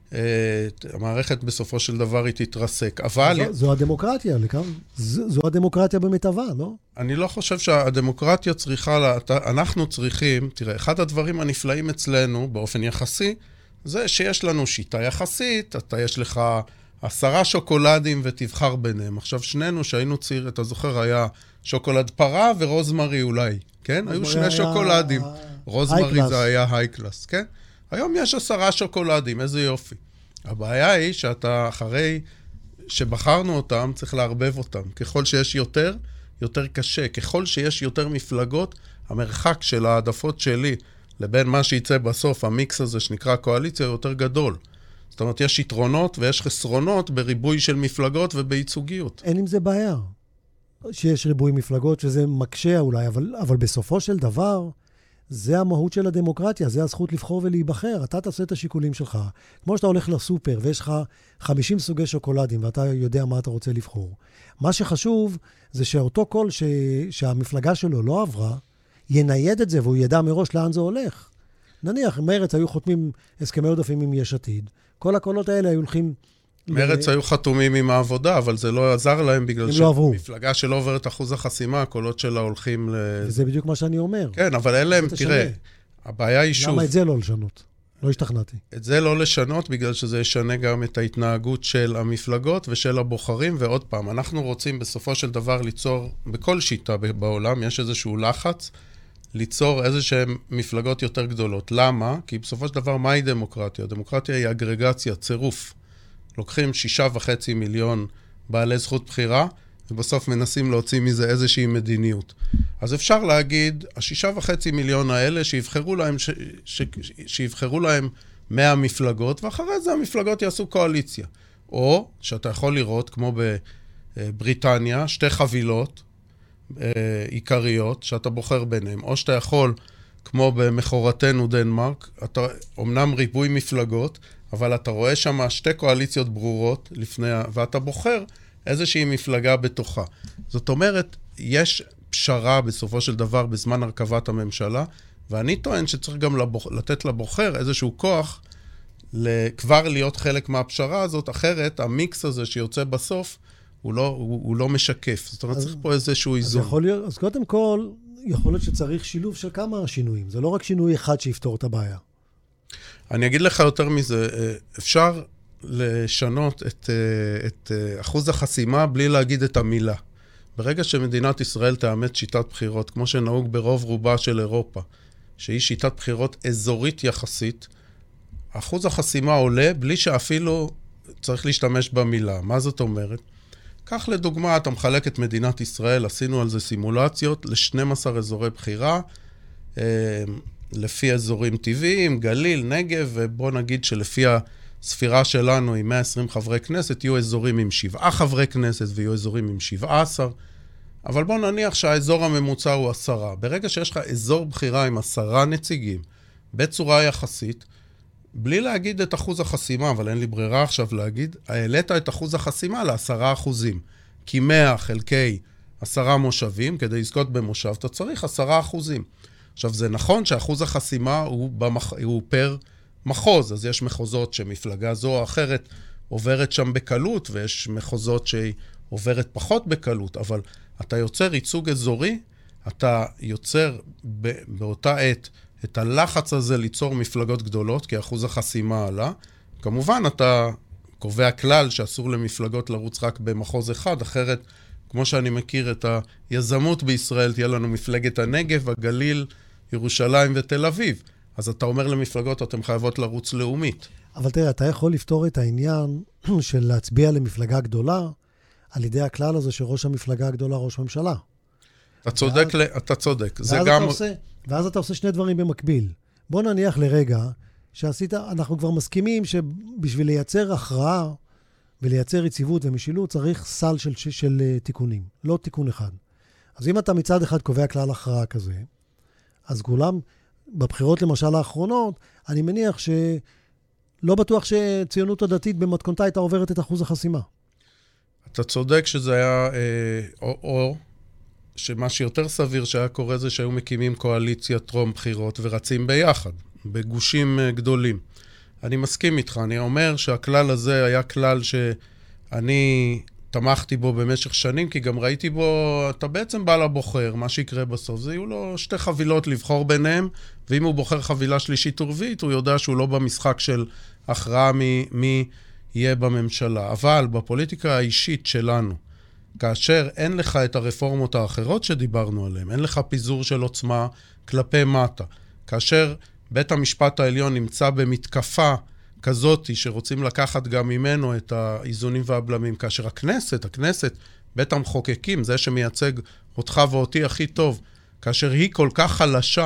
המערכת בסופו של דבר היא תתרסק. אבל...
זו, זו הדמוקרטיה, זו, זו הדמוקרטיה במיטבה, לא?
אני לא חושב שהדמוקרטיה צריכה, לה, אנחנו צריכים, תראה, אחד הדברים הנפלאים אצלנו, באופן יחסי, זה שיש לנו שיטה יחסית, אתה יש לך עשרה שוקולדים ותבחר ביניהם. עכשיו שנינו שהיינו צעיר, אתה זוכר, היה שוקולד פרה ורוזמרי אולי, כן? היו שני היה... שוקולדים. רוזמרי זה היה היי קלאס, כן? היום יש עשרה שוקולדים, איזה יופי. הבעיה היא שאתה אחרי שבחרנו אותם, צריך להרבב אותם. ככל שיש יותר, יותר קשה. ככל שיש יותר מפלגות, המרחק של העדפות שלי לבין מה שיצא בסוף, המיקס הזה שנקרא קואליציה, יותר גדול. זאת אומרת, יש יתרונות ויש חסרונות בריבוי של מפלגות ובייצוגיות.
אין עם זה בעיה. שיש ריבוי מפלגות שזה מקשה אולי, אבל, אבל בסופו של דבר, זה המהות של הדמוקרטיה, זה הזכות לבחור ולהיבחר. אתה תעשה את השיקולים שלך. כמו שאתה הולך לסופר ויש לך חמישים סוגי שוקולדים ואתה יודע מה אתה רוצה לבחור. מה שחשוב זה שאותו קול ש... שהמפלגה שלו לא עברה, ינייד את זה והוא ידע מראש לאן זה הולך. נניח, מרץ היו חותמים הסכמי עודפים עם יש עתיד. כל הקולות האלה היו הולכים...
מרץ ל... היו חתומים עם העבודה, אבל זה לא עזר להם בגלל שמפלגה שלא עוברת אחוז החסימה, הקולות שלה הולכים ל...
וזה בדיוק מה שאני אומר.
כן, אבל אלה הם, תראה, הבעיה היא שוב...
למה את זה לא לשנות? לא השתכנעתי.
את זה לא לשנות, בגלל שזה ישנה גם את ההתנהגות של המפלגות ושל הבוחרים, ועוד פעם, אנחנו רוצים בסופו של דבר ליצור, בכל שיטה בעולם, יש איזשהו לחץ, ליצור איזשהם מפלגות יותר גדולות. למה? כי בסופו של דבר, מהי דמוקרטיה? דמוקרטיה היא אגרגציה, צירוף. לוקחים שישה וחצי מיליון בעלי זכות בחירה, ובסוף מנסים להוציא מזה איזושהי מדיניות. אז אפשר להגיד, השישה וחצי מיליון האלה שיבחרו להם, ש, ש, שיבחרו להם מאה מפלגות, ואחרי זה המפלגות יעשו קואליציה. או שאתה יכול לראות, כמו בבריטניה, שתי חבילות עיקריות שאתה בוחר ביניהם. או שאתה יכול, כמו במחורתנו דנמרק, אתה אומנם ריבוי מפלגות, אבל אתה רואה שם שתי קואליציות ברורות לפני, ואתה בוחר איזושהי מפלגה בתוכה. זאת אומרת, יש פשרה בסופו של דבר בזמן הרכבת הממשלה, ואני טוען שצריך גם לבוח, לתת לבוחר איזשהו כוח כבר להיות חלק מהפשרה הזאת, אחרת המיקס הזה שיוצא בסוף הוא לא, הוא, הוא לא משקף. זאת אומרת, אז, צריך פה איזשהו איזון.
אז, יכול להיות, אז קודם כל, יכול להיות שצריך שילוב של כמה שינויים. זה לא רק שינוי אחד שיפתור את הבעיה.
אני אגיד לך יותר מזה, אפשר לשנות את, את אחוז החסימה בלי להגיד את המילה. ברגע שמדינת ישראל תאמץ שיטת בחירות, כמו שנהוג ברוב רובה של אירופה, שהיא שיטת בחירות אזורית יחסית, אחוז החסימה עולה בלי שאפילו צריך להשתמש במילה. מה זאת אומרת? כך לדוגמה, אתה מחלק את מדינת ישראל, עשינו על זה סימולציות, ל-שנים עשר אזורי בחירה, לפי אזורים טבעיים, גליל, נגב, ובוא נגיד שלפי הספירה שלנו עם מאה ועשרים חברי כנסת, יהיו אזורים עם שבעה חברי כנסת, ויהיו אזורים עם שבעה עשר, אבל בוא נניח שהאזור הממוצע הוא עשרה. ברגע שיש לך אזור בחירה עם עשרה נציגים, בצורה יחסית, בלי להגיד את אחוז החסימה, אבל אין לי ברירה עכשיו להגיד, העלית את אחוז החסימה לעשרה אחוזים, כי מאה חלקי עשרה מושבים, כדי לזכות במושב, אתה צריך עשרה אחוזים. עכשיו, זה נכון שאחוז החסימה הוא, במח... הוא פר מחוז, אז יש מחוזות שמפלגה זו או אחרת עוברת שם בקלות, ויש מחוזות שהיא עוברת פחות בקלות, אבל אתה יוצר ייצוג אזורי, אתה יוצר ב... באותה עת את הלחץ הזה ליצור מפלגות גדולות, כי אחוז החסימה עלה. כמובן, אתה קובע כלל שאסור למפלגות לרוץ רק במחוז אחד, אחרת, כמו שאני מכיר את היזמות בישראל, תהיה לנו מפלגת הנגב, הגליל, ירושלים ותל אביב. אז אתה אומר למפלגות, אתם חייבות לרוץ לאומית.
אבל תראה, אתה יכול לפתור את העניין של להצביע למפלגה גדולה, על ידי הכלל הזה שראש המפלגה הגדולה, ראש ממשלה.
אתה צודק, ואז, אתה צודק.
ואז, אתה גם... עושה, ואז אתה עושה שני דברים במקביל. בוא נניח לרגע, שעשית, אנחנו כבר מסכימים שבשביל לייצר הכרעה, ולייצר יציבות ומשילות, צריך סל של, של, של תיקונים, לא תיקון אחד. אז אם אתה מצד אחד קובע כלל הכרעה כזה, אז כולם, בבחירות למשל האחרונות, אני מניח שלא בטוח שציונות הדתית במתכונתה הייתה עוברת את אחוז החסימה.
אתה צודק שזה היה, אה, או, או שמה שיותר סביר שהיה קורה זה שהיו מקימים קואליציה טרום בחירות ורצים ביחד, בגושים אה, גדולים. אני מסכים איתך, אני אומר שהכלל הזה היה כלל שאני תמכתי בו במשך שנים, כי גם ראיתי בו, אתה בעצם בא לבוחר, מה שיקרה בסוף, זה יהיו לו שתי חבילות לבחור ביניהם, ואם הוא בוחר חבילה שלישית ורביעית, הוא יודע שהוא לא במשחק של הכרעה מי, מי יהיה בממשלה. אבל בפוליטיקה האישית שלנו, כאשר אין לך את הרפורמות האחרות שדיברנו עליהן, אין לך פיזור של עוצמה כלפי מטה, כאשר בית המשפט העליון נמצא במתקפה כזאת שרוצים לקחת גם ממנו את האיזונים והבלמים, כאשר הכנסת, הכנסת, בית המחוקקים, זה שמייצג אותך ואותי הכי טוב, כאשר היא כל כך חלשה,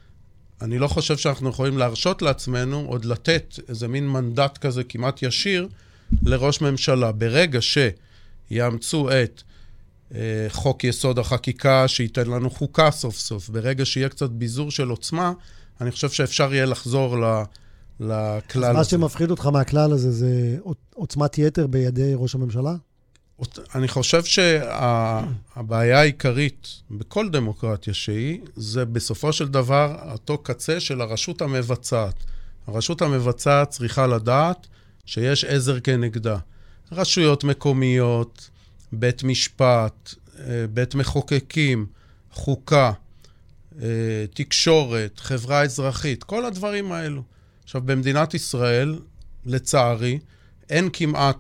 אני לא חושב שאנחנו יכולים להרשות לעצמנו עוד לתת איזה מין מנדט כזה כמעט ישיר לראש ממשלה. ברגע שיאמצו את חוק יסוד החקיקה שייתן לנו חוקה סוף סוף. ברגע שיהיה קצת ביזור של עוצמה, אני חושב שאפשר יהיה לחזור לכלל הזה.
מה שמפחיד אותך מהכלל הזה, זה עוצמת יתר בידי ראש הממשלה?
אני חושב שהבעיה העיקרית בכל דמוקרטיה שהיא, זה בסופו של דבר אותו קצה של הרשות המבצעת. הרשות המבצעת צריכה לדעת שיש עזר כנגדה. רשויות מקומיות, בית משפט, בית מחוקקים, חוקה, תקשורת, חברה אזרחית, כל הדברים האלו. עכשיו, במדינת ישראל, לצערי, אין כמעט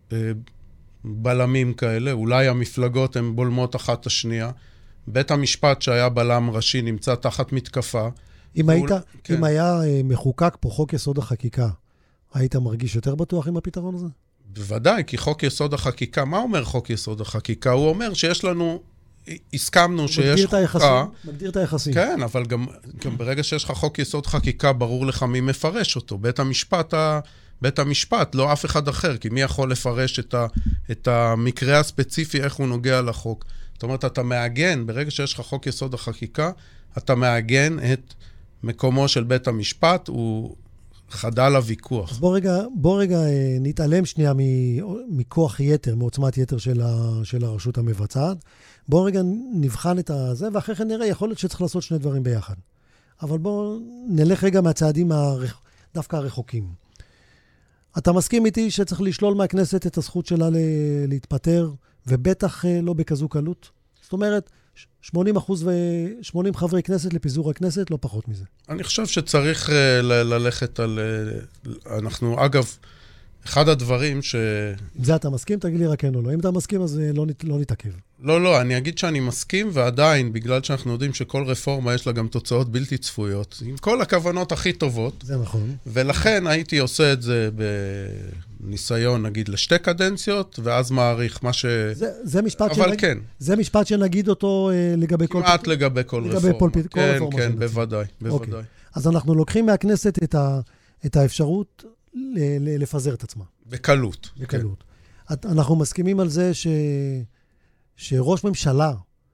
בלמים כאלה, אולי המפלגות הן בולמות אחת השנייה. בית המשפט שהיה בלם ראשי נמצא תחת מתקפה.
אם, היית, כן. אם היה מחוקק פה חוק יסוד החקיקה, היית מרגיש יותר בטוח עם הפתרון הזה?
בוודאי, כי חוק יסוד החקיקה, מה אומר חוק יסוד החקיקה? הוא אומר שיש לנו, הסכמנו שיש חוקה.
היחסים, מגדיר את היחסים.
כן, אבל גם, גם ברגע שיש לך חוק יסוד חקיקה, ברור לך מי מפרש אותו. בית המשפט, בית המשפט, לא אף אחד אחר, כי מי יכול לפרש את, ה, את המקרה הספציפי, איך הוא נוגע לחוק. זאת אומרת, אתה מעגן, ברגע שיש לך חוק יסוד החקיקה, אתה מעגן את מקומו של בית המשפט, הוא חדל הוויכוח.
אז בוא רגע, בוא רגע נתעלם שנייה מכוח יתר, מעוצמת יתר של, ה, של הרשות המבצעת. בוא רגע נבחן את הזה, ואחרי כן נראה, יכול להיות שצריך לעשות שני דברים ביחד. אבל בוא נלך רגע מהצעדים הרח, דווקא הרחוקים. אתה מסכים איתי שצריך לשלול מהכנסת את הזכות שלה להתפטר, ובטח לא בכזו קלות? זאת אומרת, שמונים אחוז ו-שמונים חברי כנסת לפיזור הכנסת, לא פחות מזה.
אני חושב שצריך ל- ללכת על... אנחנו, אגב, אחד הדברים ש...
אם זה אתה מסכים, תגיד לי רק כן או לא. אם אתה מסכים, אז לא, נת... לא נתעכב.
לא, לא, אני אגיד שאני מסכים, ועדיין, בגלל שאנחנו יודעים שכל רפורמה יש לה גם תוצאות בלתי צפויות, עם כל הכוונות הכי טובות.
זה נכון.
ולכן הייתי עושה את זה בניסיון, נגיד, לשתי קדנציות, ואז מעריך מה ש...
זה, זה משפט
אבל
שנג...
כן.
זה משפט שנגיד אותו אה, לגבי כל...
כמעט לגבי כל
לגבי
רפורמה.
כל, כל
כן,
רפורמה
כן, בוודאי, בוודאי.
אוקיי. אז אנחנו לוקחים מהכנסת את, ה... את האפשרות לפזר את עצמה.
בקלות.
בקלות. כן. אנחנו מסכימים על זה ש... שראש ממשלה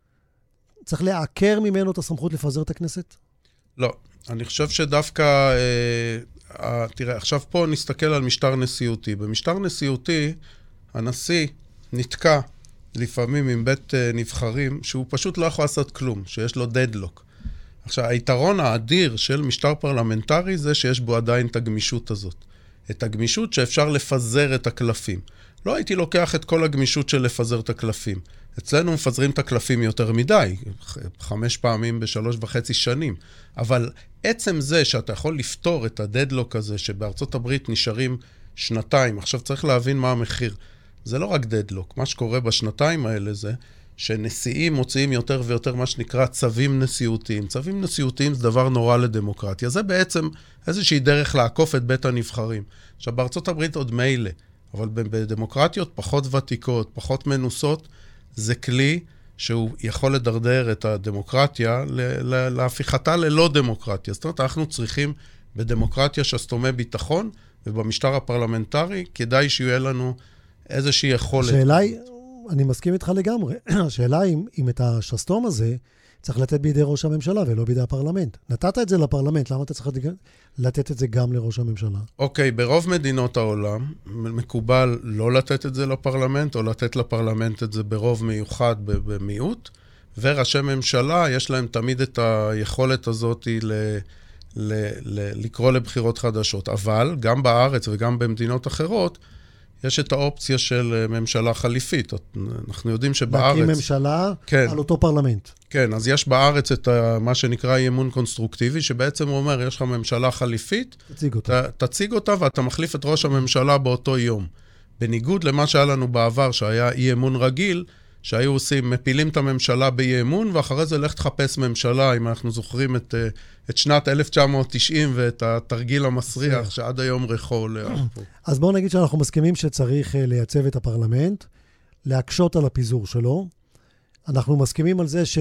צריך לעקר ממנו את הסמכות לפזר את הכנסת?
לא. אני חושב שדווקא, אה, אה, תראה, עכשיו פה נסתכל על משטר נשיאותי. במשטר נשיאותי, הנשיא נתקע לפעמים עם בית אה, נבחרים, שהוא פשוט לא יכול לעשות כלום, שיש לו דדלוק. עכשיו, היתרון האדיר של משטר פרלמנטרי זה שיש בו עדיין את הגמישות הזאת. את הגמישות שאפשר לפזר את הקלפים. לא הייתי לוקח את כל הגמישות של לפזר את הקלפים. אצלנו מפזרים את הקלפים יותר מדי, חמש פעמים בשלוש וחצי שנים. אבל עצם זה שאתה יכול לפתור את הדדלוק הזה, שבארצות הברית נשארים שנתיים, עכשיו צריך להבין מה המחיר. זה לא רק דדלוק, מה שקורה בשנתיים האלה זה, שנשיאים מוציאים יותר ויותר מה שנקרא צווים נשיאותיים. צווים נשיאותיים זה דבר נורא לדמוקרטיה. זה בעצם איזושהי דרך לעקוף את בית הנבחרים. עכשיו, בארצות הברית עוד מילא, אבל בדמוקרטיות פחות ותיקות, פחות מנוסות, זה כלי שהוא יכול לדרדר את הדמוקרטיה להפיכתה ללא דמוקרטיה. זאת אומרת, אנחנו צריכים בדמוקרטיה שסתומי ביטחון, ובמשטר הפרלמנטרי כדאי שיהיה לנו איזושהי יכולת.
השאלה היא... אני מסכים איתך לגמרי. השאלה היא, אם את השסתום הזה צריך לתת בידי ראש הממשלה ולא בידי הפרלמנט. נתת את זה לפרלמנט, למה אתה צריך לתת את זה גם לראש הממשלה?
אוקיי, ברוב מדינות העולם מקובל לא לתת את זה לפרלמנט, או לתת לפרלמנט את זה ברוב מיוחד במיעוט, וראשי ממשלה יש להם תמיד את היכולת הזאת ל... ל... ל... לקרוא לבחירות חדשות. אבל גם בארץ וגם במדינות אחרות, יש את האופציה של ממשלה חליפית. אנחנו יודעים שבארץ...
להקים ממשלה
כן,
על אותו פרלמנט.
כן, אז יש בארץ את מה שנקרא אי-אמון קונסטרוקטיבי, שבעצם הוא אומר, יש לך ממשלה חליפית,
תציג אותה.
ת, תציג אותה ואתה מחליף את ראש הממשלה באותו יום. בניגוד למה שהיה לנו בעבר, שהיה אי-אמון רגיל, שהיו עושים, מפילים את הממשלה באי-אמון, ואחרי זה לך תחפש ממשלה, אם אנחנו זוכרים את, את שנת אלף תשע מאות תשעים ואת התרגיל המסריח, שעד היום ריחו עולה.
אז בואו נגיד שאנחנו מסכימים שצריך לייצב את הפרלמנט, להקשות על הפיזור שלו. אנחנו מסכימים על זה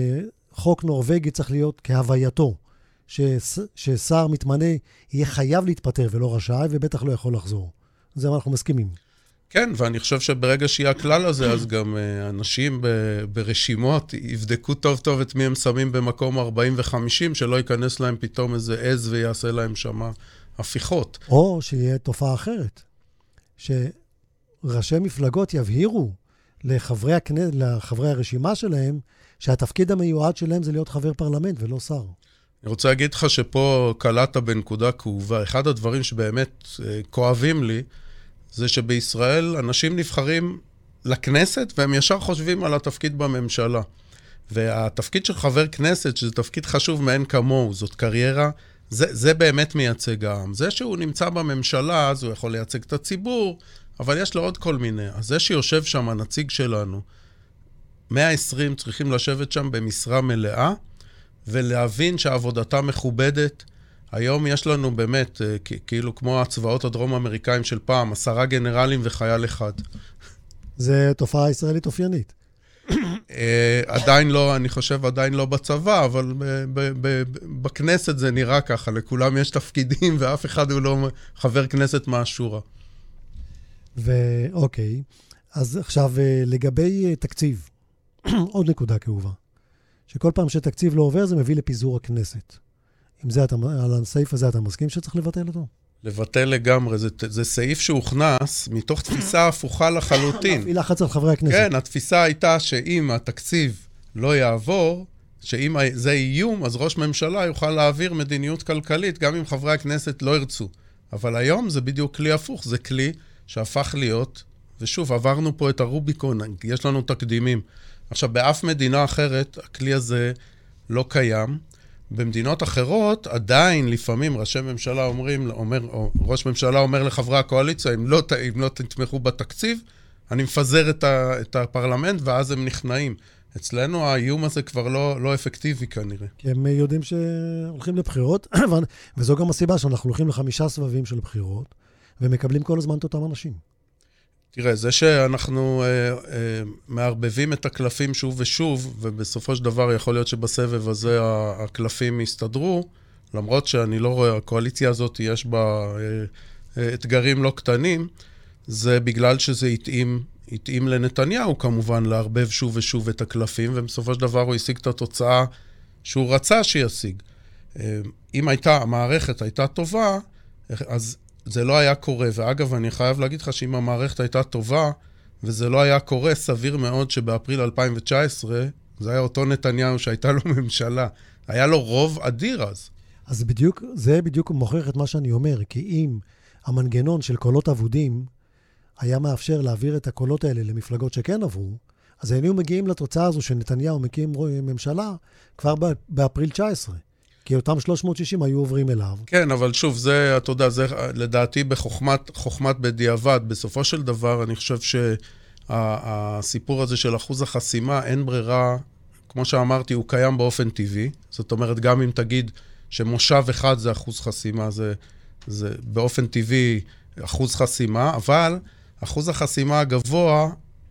שחוק נורווגי צריך להיות כהווייתו, ששר מתמנה יהיה חייב להתפטר ולא רשאי, ובטח לא יכול לחזור. זה אנחנו מסכימים.
כן, ואני חושב שברגע שיהיה הכלל הזה, אז גם אנשים ברשימות יבדקו טוב טוב את מי הם שמים במקום ארבעים וחמישים, שלא ייכנס להם פתאום איזה עז ויעשה להם שמה הפיכות.
או שיהיה תופעה אחרת, שראשי מפלגות יבהירו לחברי, הכנ... לחברי הרשימה שלהם, שהתפקיד המיועד שלהם זה להיות חבר פרלמנט ולא שר.
אני רוצה להגיד לך שפה קלעת בנקודה כאובה. אחד הדברים שבאמת כואבים לי, זה שבישראל אנשים נבחרים לכנסת, והם ישר חושבים על התפקיד בממשלה. והתפקיד של חבר כנסת, שזה תפקיד חשוב מאין כמוהו, זאת קריירה, זה, זה באמת מייצג העם. זה שהוא נמצא בממשלה, אז הוא יכול לייצג את הציבור, אבל יש לו עוד כל מיני. אז זה שיושב שם הנציג שלנו, מאה ועשרים צריכים לשבת שם במשרה מלאה, ולהבין שהעבודתה מכובדת. היום יש לנו באמת, כאילו כמו הצבאות הדרום-אמריקאים של פעם, עשרה גנרלים וחייל אחד.
זה תופעה ישראלית אופיינית.
עדיין לא, אני חושב עדיין לא בצבא, אבל בכנסת זה נראה ככה, לכולם יש תפקידים ואף אחד הוא לא חבר כנסת מהשורה.
ואוקיי, אז עכשיו לגבי תקציב, עוד נקודה כאובה, שכל פעם שתקציב לא עובר זה מביא לפיזור הכנסת. אם זה אתה, על הסעיף הזה אתה מסכים שצריך לבטל אותו?
לבטל לגמרי, זה, זה סעיף שהוכנס מתוך תפיסה הפוכה לחלוטין.
להפעיל לחץ על חברי הכנסת.
כן, התפיסה הייתה שאם התקציב לא יעבור, שאם זה איום, אז ראש ממשלה יוכל להעביר מדיניות כלכלית, גם אם חברי הכנסת לא ירצו. אבל היום זה בדיוק כלי הפוך, זה כלי שהפך להיות, ושוב, עברנו פה את הרוביקון, יש לנו תקדימים. עכשיו, באף מדינה אחרת, הכלי הזה לא קיים. במדינות אחרות, עדיין לפעמים ראשי ממשלה אומרים, אומר, או ראש ממשלה אומר לחברי הקואליציה, אם לא, אם לא תתמכו בתקציב, אני מפזר את, ה, את הפרלמנט, ואז הם נכנעים. אצלנו האיום הזה כבר לא, לא אפקטיבי כנראה.
כי הם יודעים שהולכים לבחירות, וזו גם הסיבה שאנחנו הולכים לחמישה סבבים של בחירות, ומקבלים כל הזמן את אותם אנשים.
תראה, זה שאנחנו אה, אה, מערבבים את הקלפים שוב ושוב, ובסופו של דבר יכול להיות שבסבב הזה הקלפים יסתדרו, למרות שאני לא רואה, הקואליציה הזאת יש בה אה, אה, אתגרים לא קטנים, זה בגלל שזה יתאים, יתאים לנתניהו כמובן, לערבב שוב ושוב את הקלפים, ובסופו של דבר הוא ישיג את התוצאה שהוא רצה שישיג. אה, אם הייתה, המערכת הייתה טובה, אז זה לא היה קורה, ואגב, אני חייב להגיד לך שאם המערכת הייתה טובה, וזה לא היה קורה, סביר מאוד שבאפריל אלפיים תשע עשרה, זה היה אותו נתניהו שהייתה לו ממשלה. היה לו רוב אדיר אז.
אז בדיוק, זה בדיוק מוכיח את מה שאני אומר, כי אם המנגנון של קולות אבודים היה מאפשר להעביר את הקולות האלה למפלגות שכן עברו, אז היינו מגיעים לתוצאה הזו שנתניהו מקים ממשלה כבר באפריל תשע עשרה. כי אותם שלוש מאות ושישים היו עוברים אליו.
כן, אבל שוב, זה, אתה יודע, זה לדעתי בחוכמת, חוכמת בדיעבד. בסופו של דבר, אני חושב שהסיפור הזה של אחוז החסימה, אין ברירה, כמו שאמרתי, הוא קיים באופן טבעי. זאת אומרת, גם אם תגיד שמושב אחד זה אחוז חסימה, זה, זה באופן טבעי אחוז חסימה, אבל אחוז החסימה הגבוה,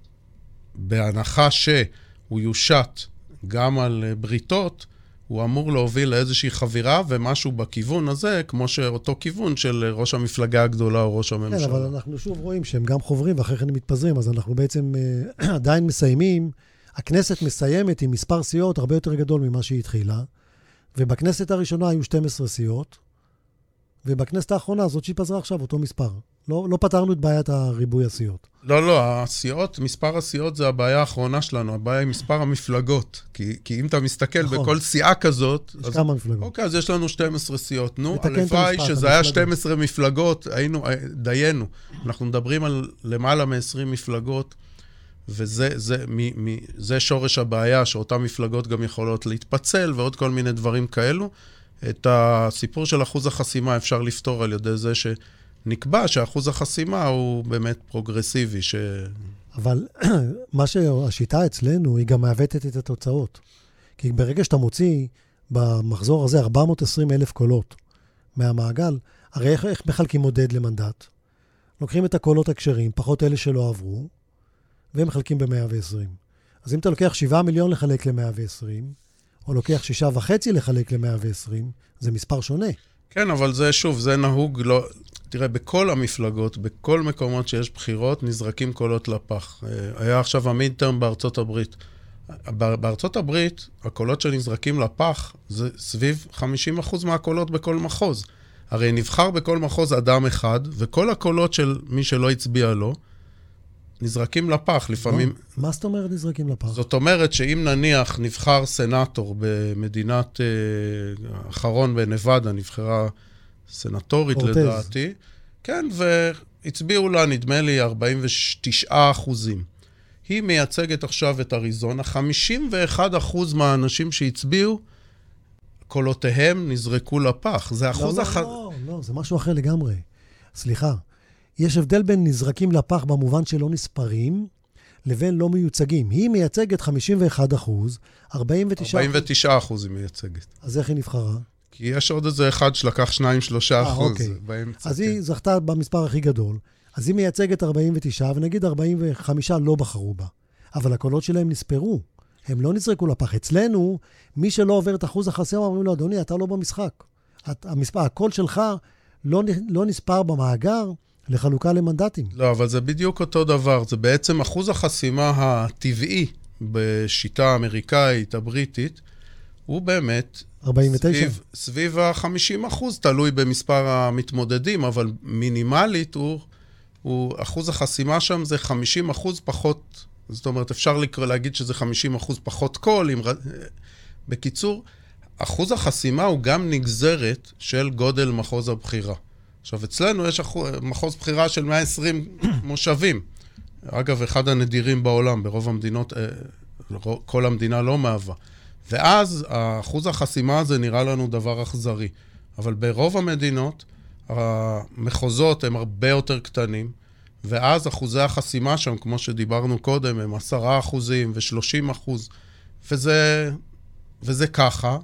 בהנחה שהוא יושת גם על בריתות, הוא אמור להוביל לאיזושהי חבירה, ומשהו בכיוון הזה, כמו שאותו כיוון של ראש המפלגה הגדולה או ראש הממשלה.
כן, אבל אנחנו שוב רואים שהם גם חוברים, ואחרי כן הם מתפזרים, אז אנחנו בעצם אה, עדיין מסיימים, הכנסת מסיימת עם מספר סיעות הרבה יותר גדול ממה שהיא התחילה, ובכנסת הראשונה היו שתים עשרה סיעות, ובכנסת האחרונה זאת שהתפזרה עכשיו אותו מספר. לא, לא פתרנו את בעיית הריבוי הסיעות.
לא, לא, הסיעות, מספר הסיעות זה הבעיה האחרונה שלנו, הבעיה היא מספר המפלגות, כי, כי אם אתה מסתכל נכון. בכל סיעה כזאת,
יש
אז,
כמה מפלגות.
אוקיי, אז יש לנו שתים עשרה סיעות, נו, הלוואי שזה היה שתים עשרה מפלגות, היינו, דיינו, אנחנו מדברים על למעלה מ-עשרים מפלגות, וזה זה, מ, מ, זה שורש הבעיה, שאותן מפלגות גם יכולות להתפצל, ועוד כל מיני דברים כאלו. את הסיפור של אחוז החסימה אפשר לפתור על ידי זה ש... נקבע שאחוז החסימה הוא באמת פרוגרסיבי. ש...
אבל מה שהשיטה אצלנו היא גם מעוותת את התוצאות. כי ברגע שאתה מוציא במחזור הזה ארבע מאות ועשרים אלף קולות מהמעגל, הרי איך, איך מחלקים מודד למנדט? לוקחים את הקולות הקשרים, פחות אלה שלא עברו, והם מחלקים ב-מאה ועשרים. אז אם אתה לוקח שבעה מיליון לחלק ל-מאה ועשרים, או לוקח שישה וחצי לחלק ל-מאה ועשרים, זה מספר שונה.
כן, אבל זה שוב, זה נהוג לא... תראה, בכל המפלגות, בכל מקומות שיש בחירות, נזרקים קולות לפח. היה עכשיו המידטרם בארצות הברית. בארצות הברית, הקולות שנזרקים לפח, זה סביב חמישים אחוז מהקולות בכל מחוז. הרי נבחר בכל מחוז אדם אחד, וכל הקולות של מי שלא הצביע לו, נזרקים לפח, לפעמים...
מה זאת אומרת נזרקים לפח?
זאת אומרת שאם נניח נבחר סנטור במדינת האחרון בנבדה, נבחרה סנטורית לדעתי, כן, והצביעו לה, נדמה לי, ארבעים ותשעה אחוזים. היא מייצגת עכשיו את אריזונה, חמישים ואחד אחוז מהאנשים שהצביעו, קולותיהם נזרקו לפח. זה אחוז
לא,
אח...
לא, לא, לא, זה משהו אחר לגמרי. סליחה. יש הבדל בין נזרקים לפח במובן שלא נספרים, לבין לא מיוצגים. היא מייצגת חמישים ואחד אחוז, ארבעים ותשעה אחוז.
ארבעים ותשעה אחוז היא מייצגת.
אז איך היא נבחרה?
כי יש עוד איזה אחד שלקח שניים, שלושה אחוז.
אוקיי.
באמצע,
אז
כן.
היא זכתה במספר הכי גדול, אז היא מייצגת ארבעים ותשע, ונגיד ארבעים וחמש לא בחרו בה. אבל הקולות שלהם נספרו. הם לא נזרקו לפח. אצלנו, מי שלא עובר את אחוז החסימה, אומרים לו, אדוני, אתה לא במשחק. המספר, הקול שלך לא, לא נספר במאגר לחלוקה למנדטים.
לא, אבל זה בדיוק אותו דבר. זה בעצם אחוז החסימה הטבעי בשיטה האמריקאית, הבריטית, הוא באמת
ארבעים ותשע.
סביב, סביב ה-חמישים אחוז, תלוי במספר המתמודדים, אבל מינימלית הוא, הוא, אחוז החסימה שם זה חמישים אחוז פחות, זאת אומרת, אפשר לקרוא, להגיד שזה חמישים אחוז פחות קול. עם... בקיצור, אחוז החסימה הוא גם נגזרת של גודל מחוז הבחירה. עכשיו, אצלנו יש אחוז, מחוז בחירה של מאה ועשרים מושבים. אגב, אחד הנדירים בעולם, ברוב המדינות, כל המדינה לא מהווה. ואז האחוז החסימה הזה נראה לנו דבר אכזרי. אבל ברוב המדינות, המחוזות הם הרבה יותר קטנים, ואז אחוזי החסימה שם, כמו שדיברנו קודם, הם עשרה אחוזים ושלושים אחוז, וזה, וזה ככה,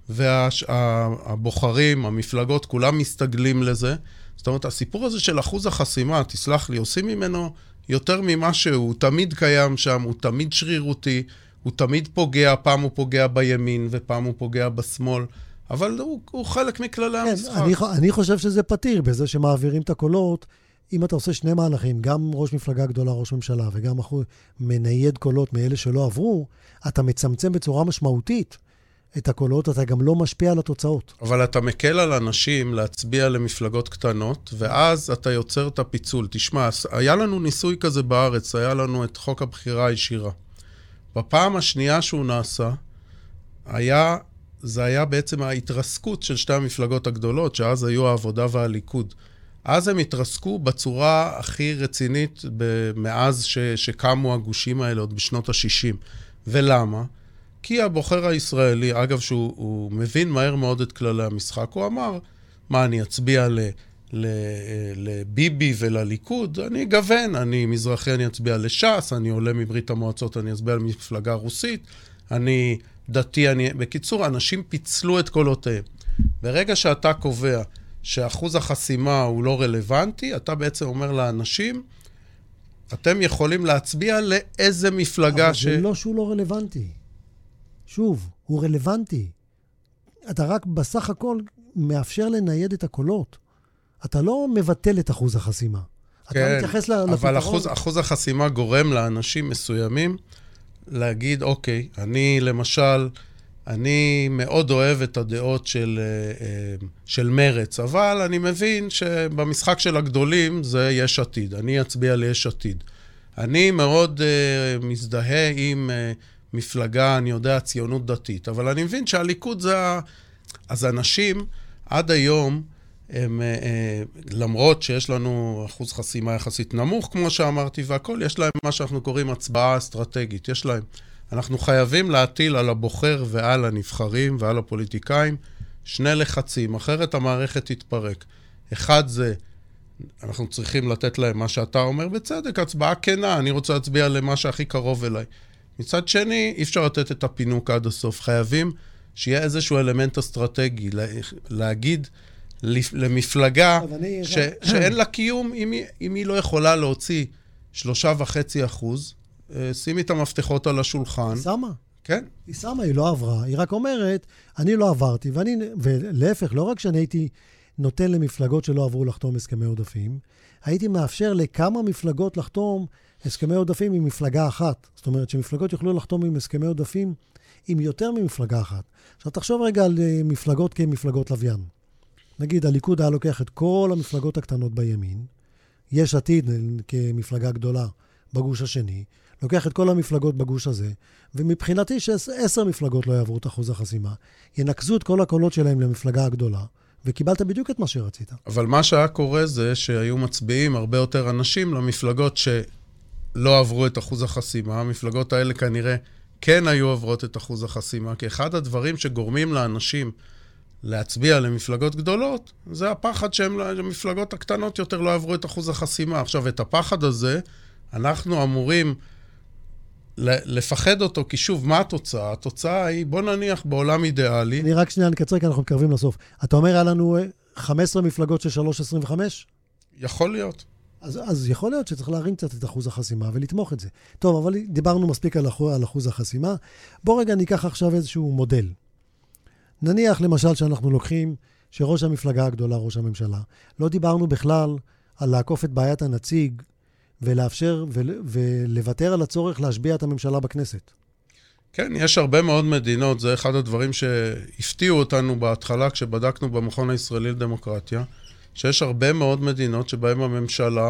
והבוחרים, המפלגות, כולם מסתגלים לזה. זאת אומרת, הסיפור הזה של אחוז החסימה, תסלח לי, עושים ממנו יותר ממה שהוא, הוא תמיד קיים שם, הוא תמיד שרירותי, הוא תמיד פוגע, פעם הוא פוגע בימין ופעם הוא פוגע בשמאל, אבל הוא, הוא חלק מכללי
כן,
המשחק.
אני, אני חושב שזה פתיר בזה שמעבירים את הקולות. אם אתה עושה שני מהלכים, גם ראש מפלגה גדולה, ראש ממשלה, וגם אחוז מנייד קולות מאלה שלא עברו, אתה מצמצם בצורה משמעותית את הקולות, אתה גם לא משפיע על התוצאות.
אבל אתה מקל על אנשים להצביע למפלגות קטנות, ואז אתה יוצר את הפיצול. תשמע, היה לנו ניסוי כזה בארץ, היה לנו את חוק הבחירה הישירה. בפעם השנייה שהוא נעשה, היה, זה היה בעצם ההתרסקות של שתי המפלגות הגדולות, שאז היו העבודה והליכוד. אז הם התרסקו בצורה הכי רצינית מאז ש, שקמו הגושים האלה עוד בשנות ה-שישים. ולמה? כי הבוחר הישראלי, אגב שהוא מבין מהר מאוד את כללי המשחק, הוא אמר, מה, אני אצביע ל, ל, לביבי ולליכוד? אני גוון, אני מזרחי, אני אצביע לש"ס, אני עולה מברית המועצות, אני אצביע למפלגה רוסית, אני דתי, אני... בקיצור, אנשים פיצלו את קולותיהם. ברגע שאתה קובע שאחוז החסימה הוא לא רלוונטי, אתה בעצם אומר לאנשים, אתם יכולים להצביע לאיזה מפלגה
אבל
ש...
אבל זה לא שהוא לא רלוונטי. שוב, הוא רלוונטי. אתה רק בסך הכל מאפשר לנייד את הקולות. אתה לא מבטל את אחוז החסימה.
כן,
אתה מתייחס לפתרון.
אבל אחוז, אחוז החסימה גורם לאנשים מסוימים להגיד, אוקיי, אני למשל, אני מאוד אוהב את הדעות של, של מרץ, אבל אני מבין שבמשחק של הגדולים זה יש עתיד. אני אצביע ליש עתיד. אני מאוד uh, מזדהה עם uh, מפלגה, אני יודע, ציונות דתית, אבל אני מבין שהליכוד זה... אז אנשים עד היום, הם, uh, למרות שיש לנו אחוז חסימה יחסית נמוך, כמו שאמרתי, והכל, יש להם מה שאנחנו קוראים הצבעה אסטרטגית. יש להם... אנחנו חייבים להטיל על הבוחר ועל הנבחרים ועל הפוליטיקאים שני לחצים, אחרת המערכת תתפרק. אחד זה, אנחנו צריכים לתת להם מה שאתה אומר בצדק, הצבעה כנה, אני רוצה להצביע למה שהכי קרוב אליי. מצד שני, אי אפשר לתת את הפינוק עד הסוף. חייבים שיהיה איזשהו אלמנט אסטרטגי, להגיד למפלגה
אני...
ש... שאין לה קיום, אם היא, אם היא לא יכולה להוציא שלושה וחצי אחוז, שימי את המפתחות על השולחן.
היא שמה.
כן.
היא שמה, היא לא עברה. היא רק אומרת, אני לא עברתי, ואני, ולהפך, לא רק שאני הייתי נותן למפלגות שלא עברו לחתום הסכמי עודפים, הייתי מאפשר לכמה מפלגות לחתום הסכמי עודפים עם מפלגה אחת. זאת אומרת שמפלגות יוכלו לחתום עם הסכמי עודפים עם יותר ממפלגה אחת. עכשיו תחשוב רגע על מפלגות כמפלגות לוויין. נגיד, הליכוד היה לוקח את כל המפלגות הקטנות בימין, יש עתיד כמפלגה גדולה בגוש השני, לוקח את כל המפלגות בגוש הזה, ומבחינתי שעשר מפלגות לא יעברו את אחוז החסימה, ינקזו את כל הקולות שלהם למפלגה הגדולה, וקיבלת בדיוק את מה שרצית.
אבל מה שהיה קורה זה שהיו מצביעים הרבה יותר אנשים למפלגות שלא עברו את אחוז החסימה. המפלגות האלה כנראה כן היו עוברות את אחוז החסימה, כי אחד הדברים שגורמים לאנשים להצביע למפלגות גדולות, זה הפחד שהמפלגות הקטנות יותר לא עברו את אחוז החסימה. עכשיו, את הפחד הזה, אנחנו אמורים לפחד אותו, כי שוב, מה התוצאה? התוצאה היא, בוא נניח בעולם אידיאלי.
אני רק שנייה נקצר, כי אנחנו מתקרבים לסוף. אתה אומר, היה לנו חמש עשרה מפלגות של שלוש עשרים וחמש?
יכול להיות.
אז, אז יכול להיות שצריך להרים קצת את אחוז החסימה ולתמוך את זה. טוב, אבל דיברנו מספיק על אחוז, על אחוז החסימה. בוא רגע ניקח עכשיו איזשהו מודל. נניח למשל שאנחנו לוקחים שראש המפלגה הגדולה, ראש הממשלה, לא דיברנו בכלל על לעקוף את בעיית הנציג, ולאפשר ולוותר על הצורך להשביע את הממשלה בכנסת.
כן, יש הרבה מאוד מדינות, זה אחד הדברים שהפתיעו אותנו בהתחלה כשבדקנו במכון הישראלי לדמוקרטיה, שיש הרבה מאוד מדינות שבהן הממשלה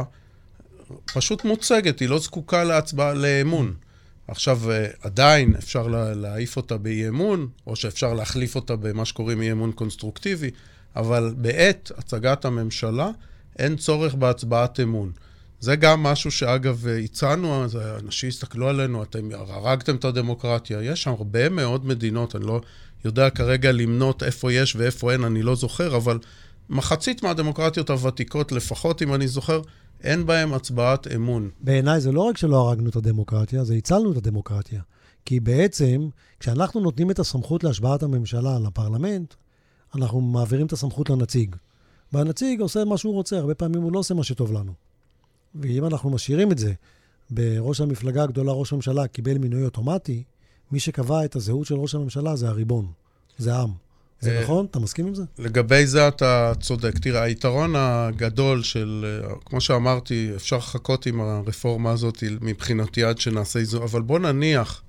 פשוט מוצגת, היא לא זקוקה להצבעה לאמון. עכשיו, עדיין אפשר להעיף אותה באי אמון, או שאפשר להחליף אותה במה שקוראים אי אמון קונסטרוקטיבי, אבל בעת הצגת הממשלה אין צורך בהצבעת אמון. זה גם משהו שאגב הצענו, אנשים הסתכלו עלינו, אתם הרגתם את הדמוקרטיה. יש שם הרבה מאוד מדינות, אני לא יודע כרגע למנות איפה יש ואיפה אין, אני לא זוכר, אבל מחצית מהדמוקרטיות הוותיקות, לפחות אם אני זוכר, אין בהם הצבעת אמון.
בעיניי זה לא רק שלא הרגנו את הדמוקרטיה, זה הצלנו את הדמוקרטיה. כי בעצם, כשאנחנו נותנים את הסמכות להשבעת הממשלה לפרלמנט, אנחנו מעבירים את הסמכות לנציג. והנציג עושה מה שהוא רוצה, הרבה פעמים הוא לא עושה מה שטוב לנו. ואם אנחנו משאירים את זה, בראש המפלגה הגדולה, ראש הממשלה קיבל מינוי אוטומטי, מי שקבע את הזהות של ראש הממשלה זה הריבון, זה העם. זה נכון? אתה מסכים עם זה?
לגבי זה אתה צודק. תראה, היתרון הגדול של, כמו שאמרתי, אפשר לחכות עם הרפורמה הזאת מבחינתי עד שנעשה איזו, אבל בוא נניח,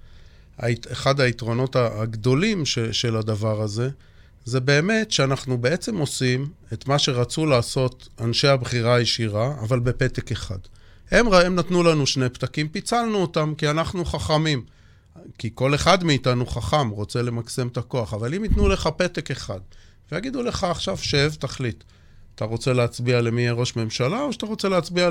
אחד היתרונות הגדולים של הדבר הזה, זה באמת שאנחנו בעצם עושים את מה שרצו לעשות אנשי הבחירה הישירה, אבל בפתק אחד. הם, הם נתנו לנו שני פתקים, פיצלנו אותם כי אנחנו חכמים. כי כל אחד מאיתנו חכם, רוצה למקסם את הכוח. אבל אם ייתנו לך פתק אחד, ויגידו לך עכשיו שב, תחליט. אתה רוצה להצביע למי יהיה ראש ממשלה, או שאתה רוצה להצביע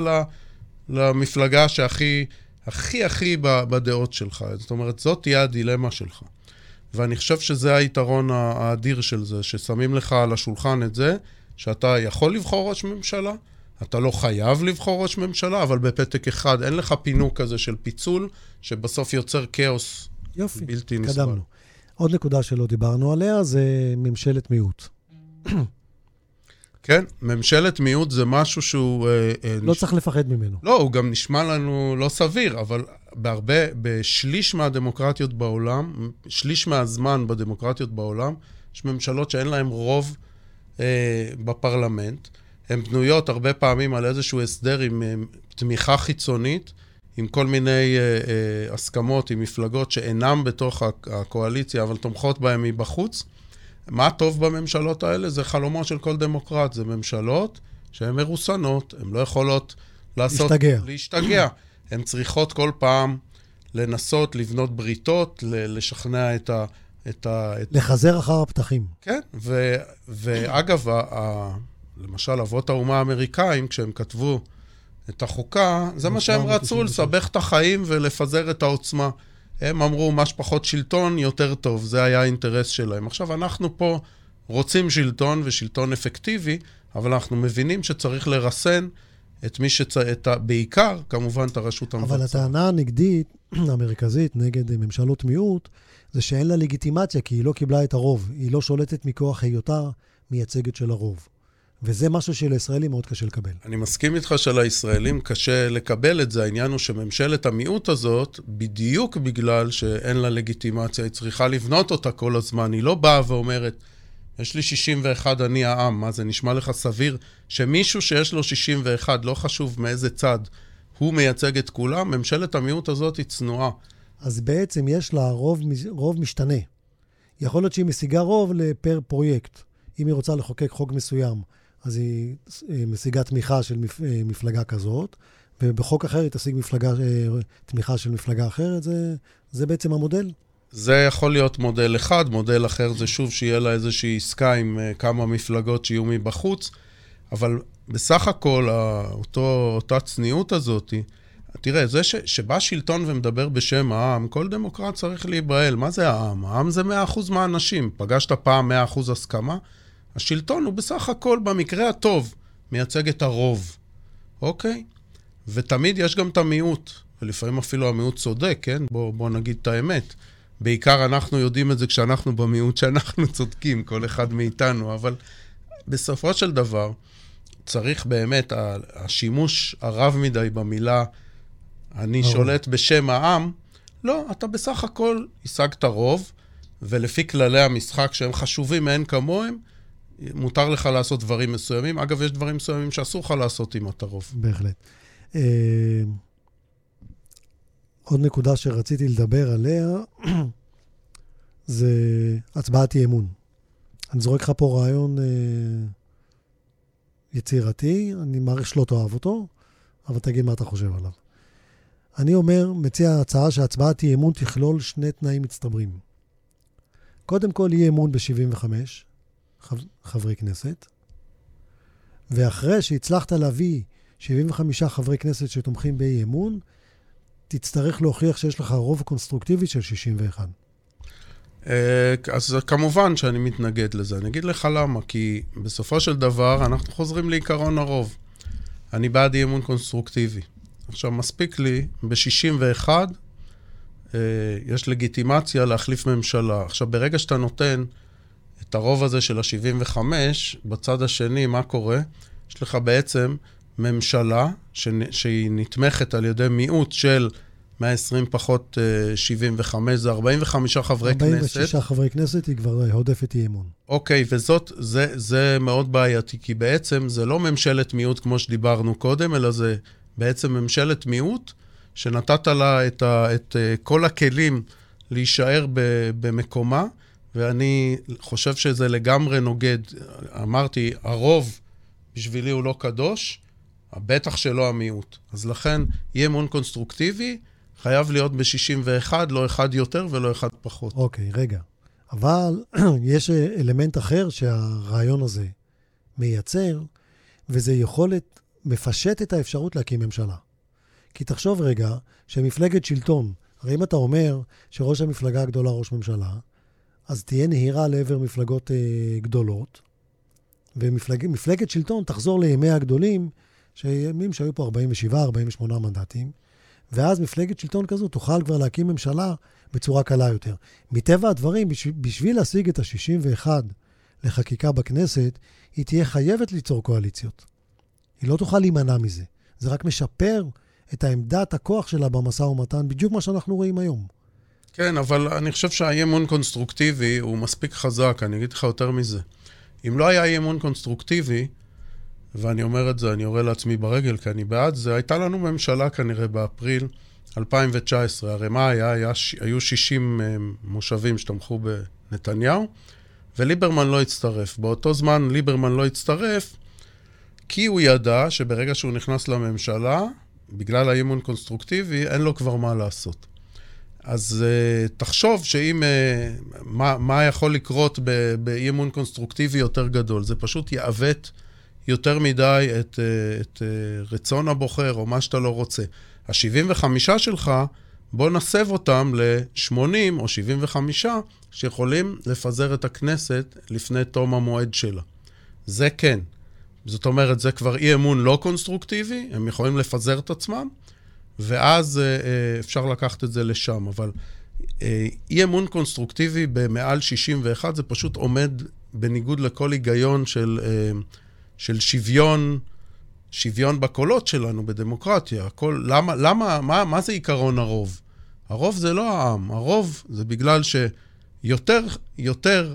למפלגה שהכי, הכי הכי בדעות שלך. זאת אומרת, זאת תהיה הדילמה שלך. ואני חושב שזה היתרון האדיר של זה, ששמים לך על השולחן את זה, שאתה יכול לבחור ראש ממשלה, אתה לא חייב לבחור ראש ממשלה, אבל בפתק אחד אין לך פינוק כזה של פיצול, שבסוף יוצר כאוס
יופי,
בלתי נסבל.
קדמנו. עוד נקודה שלא דיברנו עליה, זה ממשלת מיעוט.
כן, ממשלת מיעוט זה משהו שהוא...
לא צריך לפחד ממנו.
לא, הוא גם נשמע לנו לא סביר, אבל בהרבה, בשליש מהדמוקרטיות בעולם, שליש מהזמן בדמוקרטיות בעולם, יש ממשלות שאין להן רוב אה, בפרלמנט. הן בנויות הרבה פעמים על איזשהו הסדר עם אה, תמיכה חיצונית, עם כל מיני אה, אה, הסכמות עם מפלגות שאינם בתוך הקואליציה, אבל תומכות בהן מבחוץ. מה טוב בממשלות האלה? זה חלומו של כל דמוקרט. זה ממשלות שהן מרוסנות, הן לא יכולות לעשות...
להשתגע.
להשתגע. הן צריכות כל פעם לנסות לבנות בריתות, לשכנע את ה... את ה את...
לחזר אחר הפתחים.
כן, ו, ואגב, ה, ה, למשל, אבות האומה האמריקאים, כשהם כתבו את החוקה, זה מה שהם רצו, לסבך את החיים ולפזר את העוצמה. הם אמרו, מה שפחות שלטון, יותר טוב. זה היה האינטרס שלהם. עכשיו, אנחנו פה רוצים שלטון ושלטון אפקטיבי, אבל אנחנו מבינים שצריך לרסן את מי שצ... את ה... בעיקר, כמובן, את הרשות המבצעת.
אבל הטענה הנגדית, המרכזית, נגד ממשלות מיעוט, זה שאין לה לגיטימציה, כי היא לא קיבלה את הרוב. היא לא שולטת מכוח היותה מייצגת של הרוב. וזה משהו שלישראלים מאוד קשה לקבל.
אני מסכים איתך שלישראלים קשה לקבל את זה. העניין הוא שממשלת המיעוט הזאת, בדיוק בגלל שאין לה לגיטימציה, היא צריכה לבנות אותה כל הזמן. היא לא באה ואומרת, יש לי שישים ואחת, אני העם. מה זה נשמע לך סביר? שמישהו שיש לו שישים ואחת, לא חשוב מאיזה צד, הוא מייצג את כולם, ממשלת המיעוט הזאת היא צנועה.
אז בעצם יש לה רוב, רוב משתנה. יכול להיות שהיא משיגה רוב לפר פרויקט. אם היא רוצה לחוקק חוק מסוים, אז היא משיגה תמיכה של מפלגה כזאת, ובחוק אחר היא תשיג מפלגה, תמיכה של מפלגה אחרת. זה, זה בעצם המודל? זה
יכול להיות מודל אחד, מודל אחר זה שוב שיהיה לה איזושהי עסקה עם כמה מפלגות שיהיו מבחוץ, אבל בסך הכל, אותו, אותה צניעות הזאת, תראה, זה ש, שבא שלטון ומדבר בשם העם, כל דמוקרט צריך להיבהל. מה זה העם? העם זה מאה אחוז מהאנשים. פגשת פעם מאה אחוז הסכמה? השלטון הוא בסך הכל, במקרה הטוב, מייצג את הרוב. אוקיי? ותמיד יש גם את המיעוט, ולפעמים אפילו המיעוט צודק, כן? בוא, בוא נגיד את האמת. בעיקר אנחנו יודעים את זה כשאנחנו במיעוט שאנחנו צודקים, כל אחד מאיתנו, אבל בסופו של דבר, צריך באמת, השימוש הרב מדי במילה, אני שולט בשם העם, לא, אתה בסך הכל השגת רוב, ולפי כללי המשחק שהם חשובים מאין כמוהם, מותר לך לעשות דברים מסוימים. אגב, יש דברים מסוימים שאסור לך לעשות עם אתה רוב.
בהחלט. עוד נקודה שרציתי לדבר עליה, זה הצבעת אי אמון. אני זורק לך פה רעיון יצירתי, אני מעריך שלא תאהב אותו, אבל תגיד מה אתה חושב עליו. אני אומר, מציע הצעה שהצבעת אי אמון תכלול שני תנאים מצטברים. קודם כל, אי אמון ב-שבעים וחמש חברי כנסת, ואחרי שהצלחת להביא שבעים וחמישה חברי כנסת שתומכים באי אמון, תצטרך להוכיח שיש לך רוב קונסטרוקטיבי של שישים ואחת.
אז כמובן שאני מתנגד לזה. אני אגיד לך למה, כי בסופו של דבר אנחנו חוזרים לעיקרון הרוב. אני בעד אי אמון קונסטרוקטיבי. עכשיו, מספיק לי, ב-שישים ואחת יש לגיטימציה להחליף ממשלה. עכשיו, ברגע שאתה נותן את הרוב הזה של ה-שבעים וחמש, בצד השני, מה קורה? יש לך בעצם ממשלה ש... שהיא נתמכת על ידי מיעוט של מאה ועשרים פחות שבעים וחמש, זה ארבעים וחמישה חברי
ארבעים
כנסת.
ארבעים ושישה חברי כנסת היא כבר הודפת אי אמון.
אוקיי, וזאת, זה, זה מאוד בעייתי, כי בעצם זה לא ממשלת מיעוט כמו שדיברנו קודם, אלא זה בעצם ממשלת מיעוט, שנתת לה את, ה, את כל הכלים להישאר ב, במקומה, ואני חושב שזה לגמרי נוגד. אמרתי, הרוב בשבילי הוא לא קדוש, בטח שלא המיעוט. אז לכן, אי אמון קונסטרוקטיבי חייב להיות ב-שישים ואחת, לא אחד יותר ולא אחד פחות.
אוקיי, רגע. אבל יש אלמנט אחר שהרעיון הזה מייצר, וזה יכולת מפשט את האפשרות להקים ממשלה. כי תחשוב רגע שמפלגת שלטון, הרי אם אתה אומר שראש המפלגה הגדולה ראש ממשלה, אז תהיה נהירה לעבר מפלגות אה, גדולות, ומפלגת שלטון תחזור לימי הגדולים, שימים שהיו פה ארבעים ושבעה ארבעים ושמונה מנדטים, ואז מפלגת שלטון כזו תוכל כבר להקים ממשלה בצורה קלה יותר. מטבע הדברים, בשביל להשיג את ה-שישים ואחת לחקיקה בכנסת, היא תהיה חייבת ליצור קואליציות. היא לא תוכל להימנע מזה. זה רק משפר את העמדת הכוח שלה במשא ומתן, בדיוק מה שאנחנו רואים היום.
כן, אבל אני חושב שהאי אמון קונסטרוקטיבי הוא מספיק חזק, אני אגיד לך יותר מזה. אם לא היה אי אמון קונסטרוקטיבי, ואני אומר את זה, אני יורה לעצמי ברגל, כי אני בעד זה, הייתה לנו ממשלה כנראה באפריל אלפיים תשע עשרה, הרי מה היה? היה היו שישים מושבים שתמכו בנתניהו, וליברמן לא הצטרף. באותו זמן ליברמן לא הצטרף, כי הוא ידע שברגע שהוא נכנס לממשלה, בגלל האי אמון קונסטרוקטיבי, אין לו כבר מה לעשות. אז uh, תחשוב שאם, uh, מה, מה יכול לקרות באי אמון קונסטרוקטיבי יותר גדול? זה פשוט יעוות יותר מדי את, uh, את uh, רצון הבוחר או מה שאתה לא רוצה. ה-שבעים וחמש שלך, בוא נסב אותם ל-שמונים או שבעים וחמש שיכולים לפזר את הכנסת לפני תום המועד שלה. זה כן. זאת אומרת, זה כבר אי אמון לא קונסטרוקטיבי, הם יכולים לפזר את עצמם, ואז אה, אפשר לקחת את זה לשם. אבל אה, אי אמון קונסטרוקטיבי במעל שישים ואחת, זה פשוט עומד בניגוד לכל היגיון של, אה, של שוויון, שוויון בקולות שלנו בדמוקרטיה. הכל, למה, למה, מה, מה זה עיקרון הרוב? הרוב זה לא העם, הרוב זה בגלל שיותר, יותר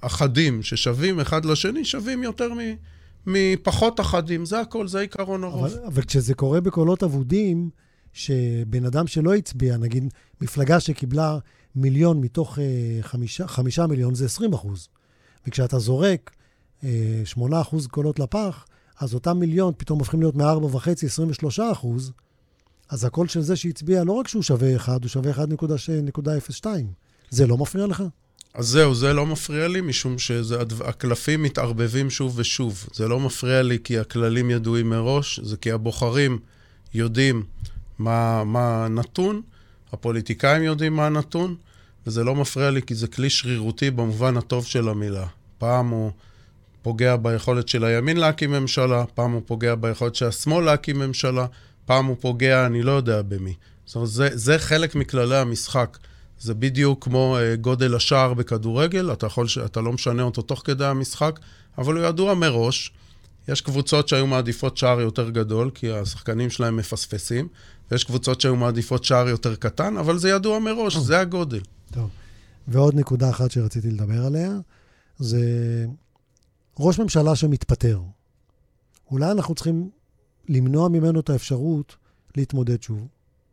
אחדים ששווים אחד לשני, שווים יותר מ, מפחות אחדים. זה הכל, זה עיקרון הרוב.
אבל, אבל כשזה קורה בקולות אבודים, שבן אדם שלא הצביע, נגיד מפלגה שקיבלה מיליון מתוך אה, חמישה, חמישה מיליון, זה עשרים אחוז. וכשאתה זורק אה, שמונה אחוז קולות לפח, אז אותם מיליון פתאום הופכים להיות מארבע וחצי, עשרים ושלושה אחוז, אז הקול של זה שהצביע, לא רק שהוא שווה אחד, הוא שווה אחד נקודה אפס שתיים. זה לא מפריע לך?
אז זהו, זה לא מפריע לי, משום שהקלפים מתערבבים שוב ושוב. זה לא מפריע לי כי הכללים ידועים מראש, זה כי הבוחרים יודעים מה, מה נתון, הפוליטיקאים יודעים מה נתון, וזה לא מפריע לי כי זה כלי שרירותי במובן הטוב של המילה. פעם הוא פוגע ביכולת של הימין להקים ממשלה, פעם הוא פוגע ביכולת של השמאל להקים ממשלה, פעם הוא פוגע, אני לא יודע במי. זאת אומרת, זה, זה חלק מכללי המשחק. זה בדיוק כמו uh, גודל השער בכדורגל, אתה, יכול, אתה לא משנה אותו תוך כדי המשחק, אבל הוא ידוע מראש. יש קבוצות שהיו מעדיפות שער יותר גדול, כי השחקנים שלהם מפספסים, ויש קבוצות שהיו מעדיפות שער יותר קטן, אבל זה ידוע מראש, זה הגודל.
טוב. ועוד נקודה אחת שרציתי לדבר עליה, זה ראש ממשלה שמתפטר. אולי אנחנו צריכים למנוע ממנו את האפשרות להתמודד שוב.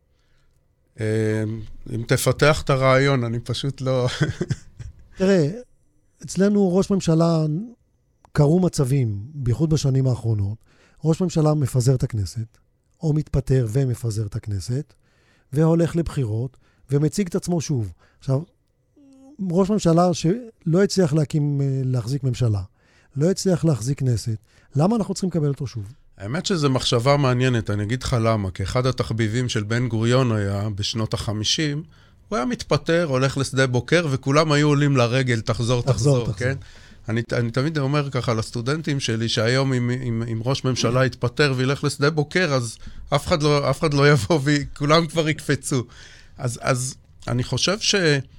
אם תפתח את הרעיון, אני פשוט לא...
תראה, אצלנו ראש ממשלה קרו מצבים, בייחוד בשנים האחרונות, ראש ממשלה מפזר את הכנסת, או מתפטר ומפזר את הכנסת, והולך לבחירות, ומציג את עצמו שוב. עכשיו, ראש ממשלה שלא הצליח להקים, להחזיק ממשלה, לא הצליח להחזיק כנסת, למה אנחנו צריכים לקבל אותו שוב?
האמת שזו מחשבה מעניינת, אני אגיד לך למה, כי אחד התחביבים של בן גוריון היה בשנות החמישים, הוא היה מתפטר, הולך לשדה בוקר, וכולם היו עולים לרגל, תחזור, תחזור, תחזור, תחזור. כן? אני, אני תמיד אומר ככה לסטודנטים שלי, שהיום אם, אם, אם ראש ממשלה יתפטר וילך לשדה בוקר, אז אף אחד לא, אף אחד לא יבוא וכולם כבר יקפצו. אז, אז אני חושב ש,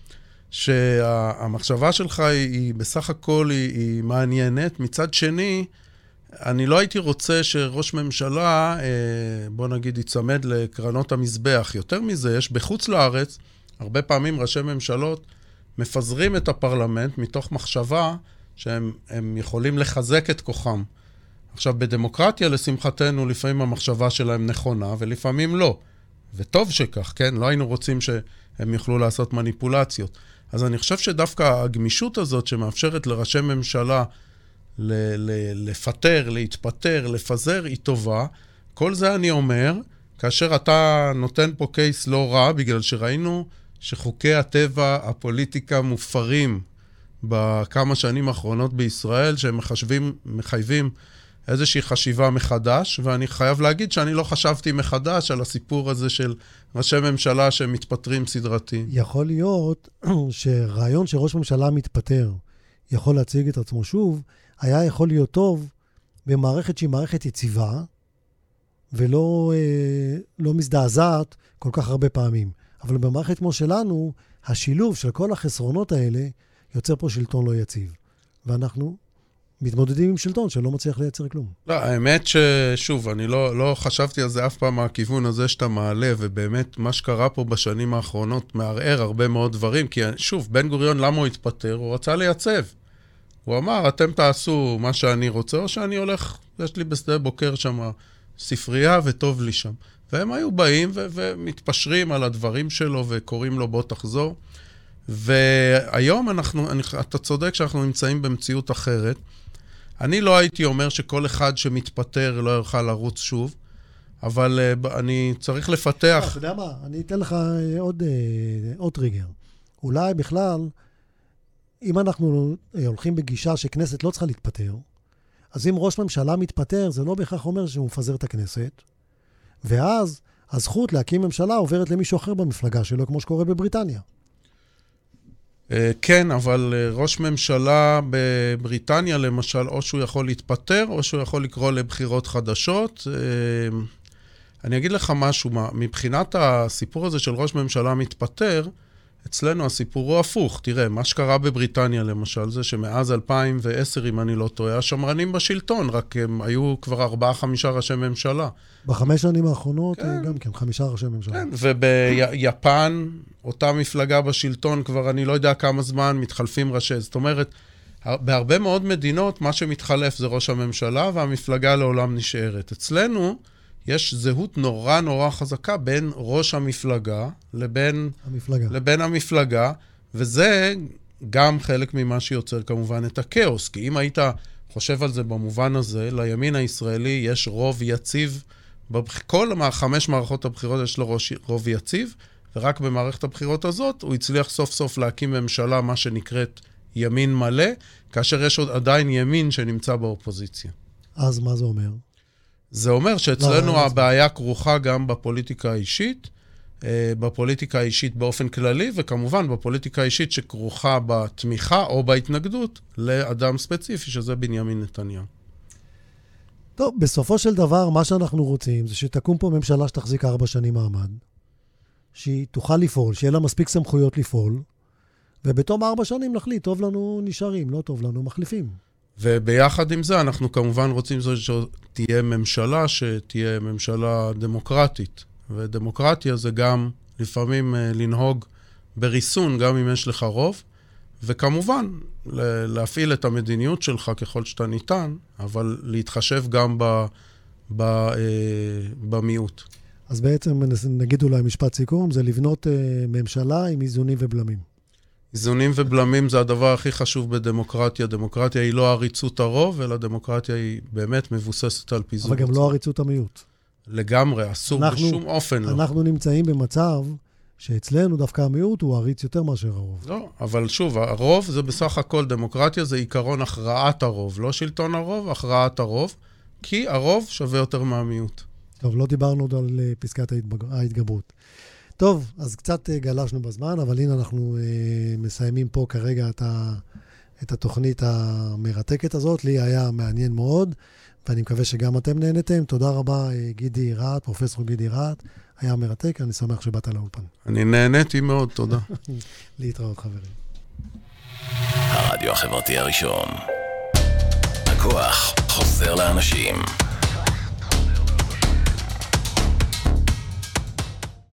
שהמחשבה שלך היא, היא בסך הכל היא, היא מעניינת. מצד שני, אני לא הייתי רוצה שראש ממשלה, בוא נגיד, יצמד לקרנות המזבח. יותר מזה, יש בחוץ לארץ, הרבה פעמים ראשי ממשלות מפזרים את הפרלמנט מתוך מחשבה שהם הם יכולים לחזק את כוחם. עכשיו, בדמוקרטיה, לשמחתנו, לפעמים המחשבה שלהם נכונה, ולפעמים לא. וטוב שכך, כן? לא היינו רוצים שהם יוכלו לעשות מניפולציות. אז אני חושב שדווקא הגמישות הזאת שמאפשרת לראשי ממשלה ל- ל- לפטר, להתפטר, לפזר, היא טובה. כל זה אני אומר, כאשר אתה נותן פה קייס לא רע, בגלל שראינו שחוקי הטבע, הפוליטיקה מופרים בכמה שנים האחרונות בישראל, שהם מחשבים, מחייבים איזושהי חשיבה מחדש, ואני חייב להגיד שאני לא חשבתי מחדש על הסיפור הזה של ראשי ממשלה שמתפטרים סדרתי.
יכול להיות שרעיון שראש ממשלה מתפטר יכול להציג את עצמו שוב, היה יכול להיות טוב במערכת שהיא מערכת יציבה, ולא אה, לא מזדעזעת כל כך הרבה פעמים. אבל במערכת כמו שלנו, השילוב של כל החסרונות האלה יוצר פה שלטון לא יציב. ואנחנו מתמודדים עם שלטון שלא מצליח לייצר כלום.
לא, האמת ששוב, אני לא, לא חשבתי על זה אף פעם מהכיוון הזה שאתה מעלה, ובאמת מה שקרה פה בשנים האחרונות מערער הרבה מאוד דברים, כי שוב, בן גוריון למה הוא התפטר? הוא רצה לייצב. הוא אמר, אתם תעשו מה שאני רוצה, או שאני הולך, יש לי בשדה בוקר שם ספרייה וטוב לי שם. והם היו באים ו- ומתפשרים על הדברים שלו וקוראים לו בוא תחזור. והיום אנחנו, אני, אתה צודק שאנחנו נמצאים במציאות אחרת. אני לא הייתי אומר שכל אחד שמתפטר לא יוכל לרוץ שוב, אבל uh, אני צריך לפתח...
אתה יודע מה, אני אתן לך עוד, עוד טריגר. אולי בכלל, אם אנחנו הולכים בגישה שכנסת לא צריכה להתפטר, אז אם ראש ממשלה מתפטר, זה לא בהכרח אומר שהוא מפזר את הכנסת, ואז הזכות להקים ממשלה עוברת למישהו אחר במפלגה שלו, כמו שקורה בבריטניה.
כן, אבל ראש ממשלה בבריטניה, למשל, או שהוא יכול להתפטר, או שהוא יכול לקרוא לבחירות חדשות. אני אגיד לך משהו, מבחינת הסיפור הזה של ראש ממשלה מתפטר, אצלנו הסיפור הוא הפוך. תראה, מה שקרה בבריטניה, למשל, זה שמאז אלפיים ועשר, אם אני לא טועה, השמרנים בשלטון, רק הם היו כבר ארבעה, חמישה ראשי ממשלה.
בחמש שנים האחרונות, כן. גם כן, חמישה ראשי ממשלה.
כן, וביפן, אותה מפלגה בשלטון, כבר אני לא יודע כמה זמן מתחלפים ראשי. זאת אומרת, בהרבה מאוד מדינות, מה שמתחלף זה ראש הממשלה, והמפלגה לעולם נשארת. אצלנו יש זהות נורא נורא חזקה בין ראש המפלגה לבין
המפלגה.
לבין המפלגה, וזה גם חלק ממה שיוצר כמובן את הכאוס, כי אם היית חושב על זה במובן הזה, לימין הישראלי יש רוב יציב, כל חמש מערכות הבחירות יש לו רוב יציב, ורק במערכת הבחירות הזאת הוא הצליח סוף סוף להקים ממשלה, מה שנקראת ימין מלא, כאשר יש עוד עדיין ימין שנמצא באופוזיציה.
אז מה זה אומר?
זה אומר שאצלנו הבעיה כרוכה גם בפוליטיקה האישית, בפוליטיקה האישית באופן כללי, וכמובן בפוליטיקה האישית שכרוכה בתמיכה או בהתנגדות לאדם ספציפי, שזה בנימין נתניהו.
טוב, בסופו של דבר, מה שאנחנו רוצים זה שתקום פה ממשלה שתחזיק ארבע שנים מעמד, שהיא תוכל לפעול, שיהיה לה מספיק סמכויות לפעול, ובתום ארבע שנים נחליט, טוב לנו נשארים, לא טוב לנו מחליפים.
וביחד עם זה, אנחנו כמובן רוצים שתהיה ממשלה, שתהיה ממשלה דמוקרטית. ודמוקרטיה זה גם לפעמים לנהוג בריסון, גם אם יש לך רוב, וכמובן להפעיל את המדיניות שלך ככל שאתה ניתן, אבל להתחשב גם ב, ב, במיעוט.
אז בעצם נגיד אולי משפט סיכום, זה לבנות ממשלה עם איזונים ובלמים.
איזונים ובלמים זה הדבר הכי חשוב בדמוקרטיה. דמוקרטיה היא לא עריצות הרוב, אלא דמוקרטיה היא באמת מבוססת על פיזור.
אבל גם לא עריצות המיעוט.
לגמרי, אסור אנחנו, בשום אופן לא.
אנחנו נמצאים במצב שאצלנו דווקא המיעוט הוא עריץ יותר מאשר הרוב.
לא, אבל שוב, הרוב זה בסך הכל דמוקרטיה, זה עיקרון הכרעת הרוב, לא שלטון הרוב, הכרעת הרוב, כי הרוב שווה יותר מהמיעוט.
טוב, לא דיברנו עוד על פסקת ההתגברות. טוב, אז קצת גלשנו בזמן, אבל הנה אנחנו אה, מסיימים פה כרגע את, ה, את התוכנית המרתקת הזאת. לי היה מעניין מאוד, ואני מקווה שגם אתם נהנתם. תודה רבה, גידי רעת, פרופסור גידי רעת. היה מרתק, אני שמח שבאת לאולפן.
אני נהניתי מאוד, תודה.
להתראות, חברים.
הרדיו החברתי הראשון. הכוח חוזר לאנשים.